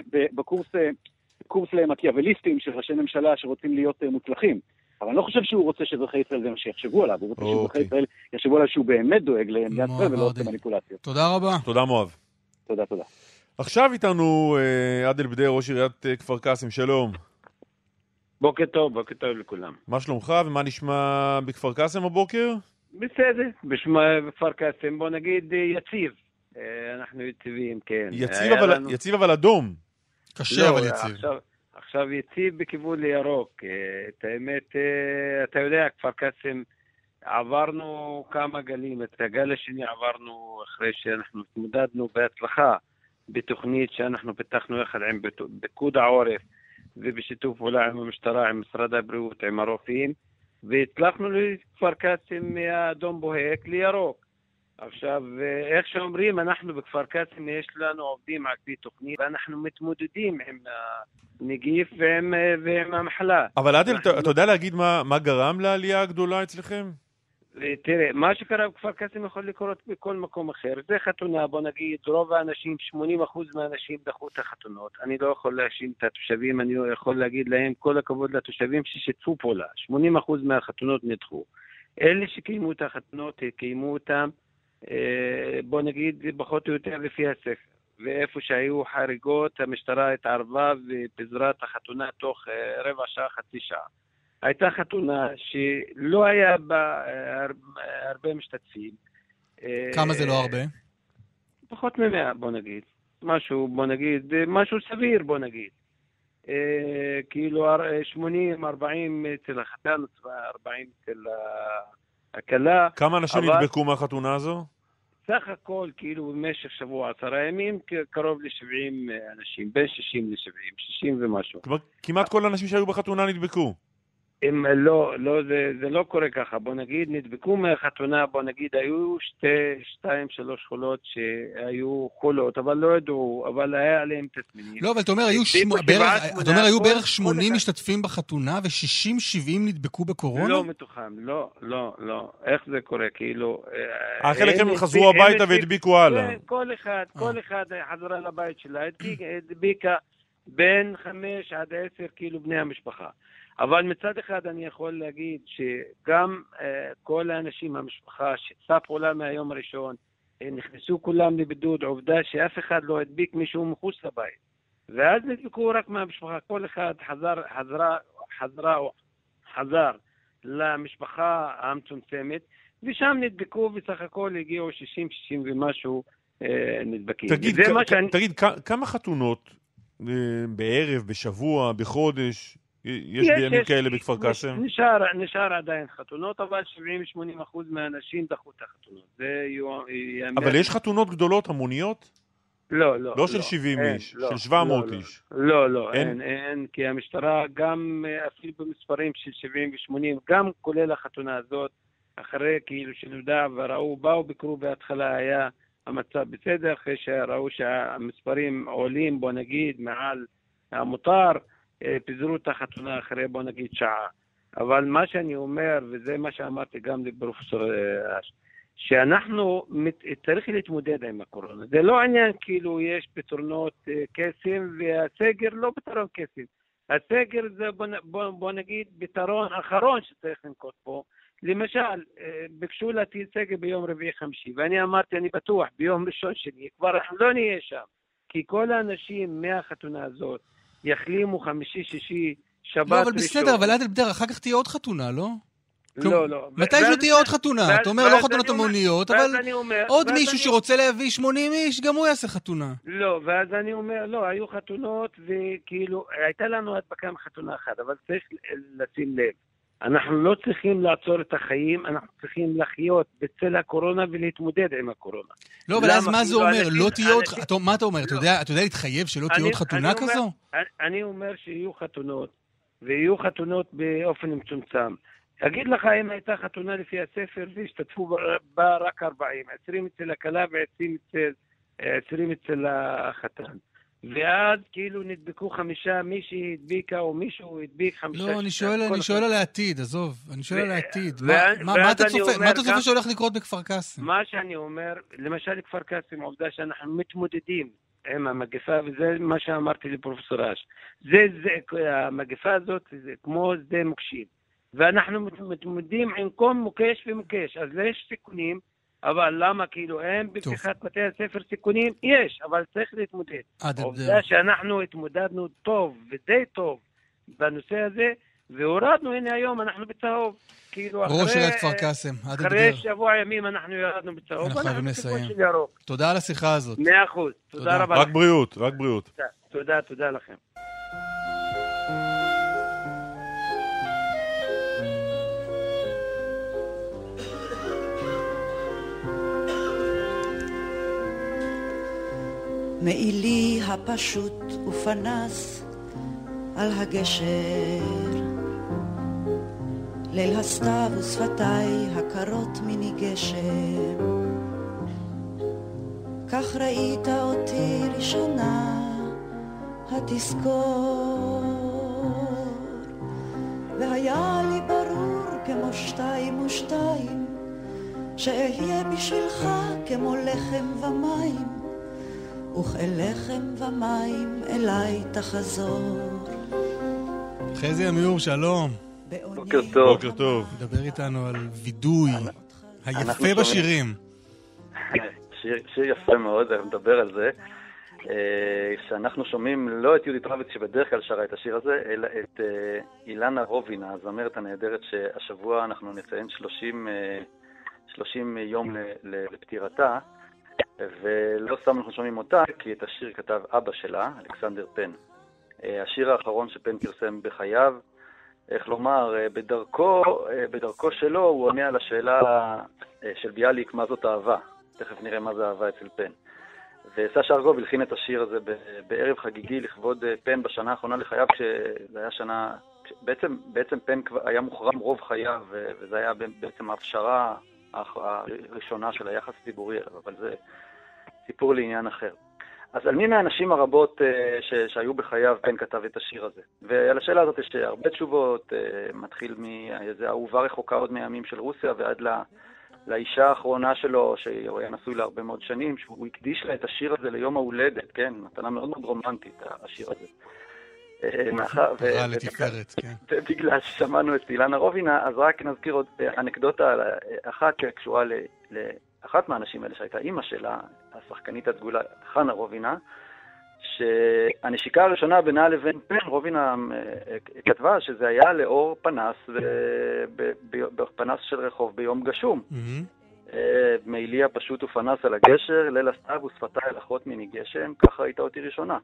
בקורס למקיאווליסטים של ראשי ממשלה שרוצים להיות מוצלחים. אבל אני לא חושב שהוא רוצה שאזרחי ישראל זה מה שיחשבו עליו, הוא רוצה שאזרחי ישראל יחשבו עליו שהוא באמת דואג למדינת ישראל ולא עושה מניפולציות. תודה רבה. תודה מואב. תודה. עכשיו איתנו עדל בדר, ראש עיריית כפר קאסם, שלום. בוקר טוב לכולם. מה שלומך ומה נשמע בכפר קאסם הבוקר? בסדר, בכפר קאסם בוא נגיד יציב. אנחנו יציבים, כן. יציב אבל אדום. קשה אבל יציב. עכשיו יציב בכיוון לירוק. את האמת, אתה יודע, כפר קאסם עברנו כמה גלים. את הגל השני עברנו אחרי שאנחנו התמודדנו בהצלחה בתוכנית שאנחנו פיתחנו יחד עם פיקוד העורף ובשיתוף פעולה עם המשטרה, עם משרד הבריאות, עם הרופאים, והצלחנו לכפר קאסם מהאדום בוהק לירוק. עכשיו, איך שאומרים, אנחנו בכפר קאסם יש לנו עובדים על פי תוכנית, ואנחנו מתמודדים עם הנגיף ועם המחלה. אבל עדל, אתה יודע להגיד מה גרם לעלייה הגדולה אצלכם? תראה, מה שקרה בכפר קאסם יכול לקרות בכל מקום אחר. זה חתונה, בוא נגיד, רוב האנשים, 80% מהאנשים דחו את החתונות. אני לא יכול להאשים את התושבים, אני יכול להגיד להם כל הכבוד לתושבים ששיתפו פעולה. 80% מהחתונות נדחו. אלה שקיימו את החתונות, קיימו אותם, בוא נגיד, פחות או יותר לפי הספר. ואיפה שהיו חריגות, המשטרה התערבה ופיזרה את החתונה תוך רבע שעה, חצי שעה. הייתה חתונה שלא היה בה הרבה משתתפים. כמה זה לא הרבה? פחות מ-100, בוא נגיד. משהו סביר, בוא נגיד. כאילו 80, 40 אצל החתן, 40 אצל הכלה. כמה אנשים נדבקו מהחתונה הזו? סך הכל, כאילו, במשך שבוע 10 ימים, קרוב ל-70 אנשים, בין 60 ל-70, 60 ומשהו. כמעט כל האנשים שהיו בחתונה נדבקו. זה לא קורה ככה. בוא נגיד, נדבקו מהחתונה, בוא נגיד, היו 2-3 חולות שהיו חולות, אבל לא ידעו, אבל היה עליהם תסמינים. לא, אבל אתה אומר, היו בערך 80 משתתפים בחתונה, ו60-70 נדבקו בקורונה? לא מתוכם, לא. איך זה קורה? כאילו... חלק הם חזרו הביתה והדביקו הלאה. כל אחד חזרה לבית שלה, הדביקה בין 5 עד 10 כאילו בני המשפחה. אבל מצד אחד אני יכול להגיד שגם כל האנשים, המשפחה שצפו לה מהיום הראשון, נכנסו כולם לבידוד, עובדה שאף אחד לא הדביק מישהו מחוץ לבית. ואז נדבקו רק מהמשפחה, כל אחד חזר למשפחה המצומצמת, ושם נדבקו בסך הכל הגיעו 60 ומשהו נדבקים. תגיד, כמה חתונות בערב, בשבוע, בחודש, יש בימים כאלה בכפר קאסם? נשאר עדיין חתונות, אבל 70-80% מהאנשים דחו את החתונות. אבל יש חתונות גדולות, המוניות? לא. לא של 70 איש, של 700 איש. לא, אין, כי המשטרה גם אפילו במספרים של 70 ו-80, גם כולל החתונה הזאת, אחרי כאילו שנודע וראו, באו בקרו בהתחלה היה המצב בסדר, אחרי שראו שהמספרים עולים, בוא נגיד, מעל המותר, פיזרו את החתונה אחרי, בוא נגיד, שעה. אבל מה שאני אומר, וזה מה שאמרתי גם לפרופסור אש, שאנחנו צריך להתמודד עם הקורונה. זה לא עניין כאילו יש פתרונות קסם, והסגר לא פתרון קסם. הסגר זה, בוא נגיד, פתרון אחרון שצריך לנקוט פה. למשל, ביקשו להטיל סגר ביום רביעי-חמישי, ואני אמרתי, אני בטוח, ביום ראשון שלי, כבר אנחנו לא נהיה שם. כי כל האנשים מהחתונה הזאת יחלימו חמישי, שישי, שבת ראשון. לא, אבל בסדר, אבל עד אלבדר, אחר כך תהיה עוד חתונה, לא? לא. מתי זו תהיה עוד חתונה? אתה אומר לא חתונות המוניות, אבל עוד מישהו שרוצה להביא 80 איש, גם הוא יעשה חתונה. לא, ואז אני אומר, לא, היו חתונות, וכאילו, הייתה לנו הדבקה מחתונה אחת, אבל צריך לשים לב. אנחנו לא צריכים לעצור את החיים, אנחנו צריכים לחיות בצל הקורונה ולהתמודד עם הקורונה. לא, אבל אז מה זה אומר? לא תהיה עוד... מה אתה אומר? אתה יודע להתחייב שלא תהיה עוד חתונה כזו? אני אומר שיהיו חתונות, ויהיו חתונות באופן מצומצם. אגיד לך, אם הייתה חתונה לפי הספר, והשתתפו בה רק 40, 20 אצל הכלה ו20 אצל החתן. ואז כאילו נדבקו 5, מישהי הדביקה או מישהו הדביק 5. לא, אני שואל על העתיד, עזוב. אני שואל על העתיד. מה אתה צופה שהולך לקרות בכפר קאסם? מה שאני אומר, למשל בכפר קאסם, העובדה שאנחנו מתמודדים עם המגפה, וזה מה שאמרתי לפרופסור אש. המגפה הזאת זה כמו שדה מוקשים. ואנחנו מתמודדים עם כל מוקש ומוקש. אז יש סיכונים, אבל למה כאילו אין בפתיחת בתי הספר סיכונים? יש, אבל צריך להתמודד. עובדה שאנחנו התמודדנו טוב ודי טוב בנושא הזה, והורדנו, הנה היום אנחנו בצהוב. כאילו ראש עיריית כפר קאסם, אחרי שבוע ימים אנחנו ירדנו בצהוב. אנחנו חייבים לסיים. תודה על השיחה הזאת. 100%. תודה רבה. רק בריאות, רק בריאות. תודה לכם. מעילי הפשוט ופנס על הגשר, ליל הסתיו ושפתיי הקרות מני גשם, כך ראית אותי ראשונה התזכור, והיה לי ברור כמו 2 ו2 שאהיה בשבילך כמו לחם ומים, וכלחם ומים אליי תחזור. חזי אמיור, שלום. בוקר טוב. בוקר טוב. מדבר איתנו על וידוי היפה בשירים. שיר יפה מאוד, אני מדבר על זה. שאנחנו שומעים לא את יהודית רביץ שבדרך כלל שרה את השיר הזה, אלא את אילנה רובינה, הזמרת הנהדרת שהשבוע אנחנו נציין 30 יום לפטירתה. ולא סתם אנחנו שומעים אותה, כי את השיר כתב אבא שלה, אלכסנדר פן. השיר האחרון שפן פרסם בחייו, איך לומר, בדרכו שלו הוא עונה על השאלה של ביאליק, מה זאת אהבה? תכף נראה מה זה אהבה אצל פן. וסשה ארגוב הלחין את השיר הזה בערב חגיגי לכבוד פן בשנה האחרונה לחייו, כשזה היה שנה בעצם פן היה מוחרם רוב חייו, וזה היה בעצם ההפשרה הראשונה של היחס הציבורי, אבל זה סיפור לעניין אחר. אז על מי מהאנשים הרבות שהיו בחייו פן כתב את השיר הזה? ועל השאלה הזאת יש הרבה תשובות, מתחיל מאיזה אהובה רחוקה עוד מימים של רוסיה ועד לאישה האחרונה שלו, שהוא היה נשוי לה הרבה מאוד שנים, שהוא הקדיש לה את השיר הזה ליום ההולדת, כן? מתנה מאוד מאוד רומנטית, השיר הזה. לתפארת, כן. ובגלל ששמענו את אילנה רובינה, אז רק נזכיר עוד אנקדוטה אחת שקשורה לאחת מהאנשים האלה שהייתה אימא שלה, השחקנית הדגולה חנה רובינה, שהנשיקה הראשונה בינה לבין פן, רובינה כתבה שזה היה לאור פנס, בפנס של רחוב ביום גשום. מעילי הפשוט ופנס על הגשר, ליל הסתיו ושפתי אל אחות מיני גשם, ככה הייתה אותי ראשונה.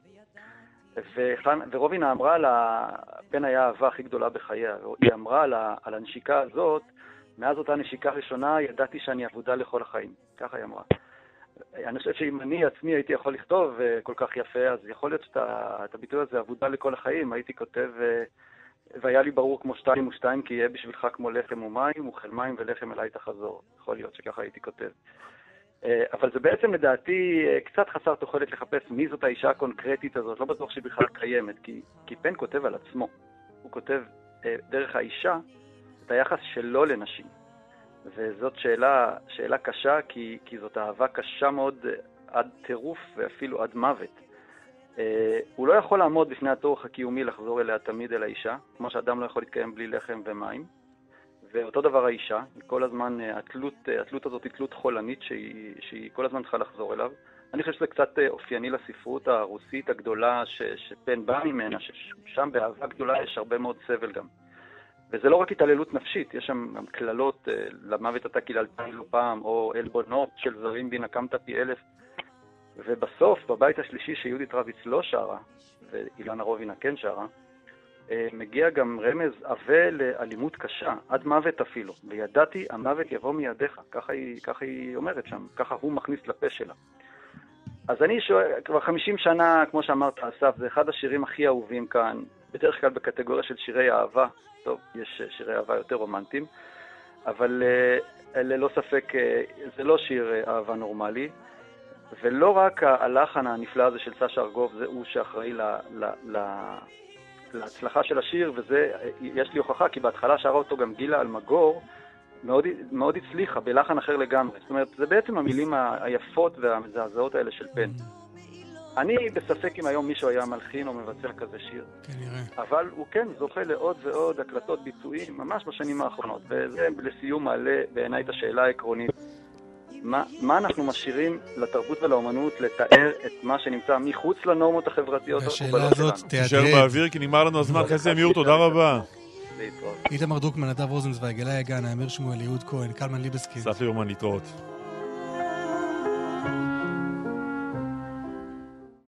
ורובינה אמרה לה, פן היה האהבה הכי גדולה בחייה, היא אמרה על הנשיקה הזאת, מאז אותה נשיקה ראשונה ידעתי שאני עבודה לכל החיים, ככה היא אמרה. אני חושב שאם אני עצמי הייתי יכול לכתוב כל כך יפה, אז יכול להיות שאת הביטוי הזה, עבודה לכל החיים, הייתי כותב, והיה לי ברור כמו 2 ו2, כי יהיה בשבילך כמו לחם ומים, וחיל מים ולחם אליי תחזור. יכול להיות שככה הייתי כותב. אבל זה בעצם לדעתי קצת חסר תוחלת לחפש מי זאת האישה הקונקרטית הזאת, לא בטוח שהיא בכלל קיימת, כי פן כותב על עצמו. הוא כותב דרך האישה את היחס שלו לנשים. וזאת שאלה קשה, כי זאת אהבה קשה מאוד עד טירוף ואפילו עד מוות. הוא לא יכול לעמוד בפני הצורך הקיומי לחזור אליה תמיד אל האישה, כמו שאדם לא יכול להתקיים בלי לחם ומים. ואותו דבר האישה, כל הזמן התלות הזאת היא תלות חולנית שהיא כל הזמן צריכה לחזור אליו. אני חושב שזה קצת אופייני לספרות הרוסית הגדולה שפן בא ממנה, ששם באהבה גדולה יש הרבה מאוד סבל גם. וזה לא רק התעללות נפשית, יש שם גם כללות, למוות אתה קיללתני לא פעם, או אלבונות של זרים בי נקמת פי 1000. ובסוף, בבית השלישי שיהודית רביץ לא שרה, ואילנה רובינה כן שרה, מגיע גם רמז עבה לאלימות קשה, עד מוות אפילו. וידעתי, המוות יבוא מידיך. ככה היא אומרת שם, ככה הוא מכניס לפה שלה. אז אני כבר 50 שנה, כמו שאמרת, אסף, זה אחד השירים הכי אהובים כאן, בדרך כלל בקטגוריה של שירי אהבה. טוב, יש שירי אהבה יותר רומנטיים, אבל ללא ספק זה לא שיר אהבה נורמלי, ולא רק הלחן הנפלא הזה של סשה ארגוב, זה הוא שאחראי להצלחה של השיר, וזה, יש לי הוכחה, כי בהתחלה שרה אותו גם גילה אלמגור, מאוד הצליחה, בלחן אחר לגמרי. זאת אומרת, זה בעצם המילים היפות והמזעזעות האלה של פן. אני בספק אם היום מישהו היה מלחין או מבצע כזה שיר. כנראה. אבל הוא כן זוכה לעוד ועוד הקלטות ביצועים, ממש בשנים האחרונות. וזה לסיום מעלה בעיניי את השאלה העקרונית. מה אנחנו משאירים לתרבות ולאומנות לתאר את מה שנמצא מחוץ לנורמות החברתיות? והשאלה הזאת תיעדד. תישאר באוויר כי נגמר לנו הזמן. חסי אמיר, תודה רבה. להתראות. איתמר דרוקמן, נדב רוזנצוויג, אלי הגן, אמיר שמואל, יהוד כהן, קלמן ליבסקין. סף ליברמן, להתראות.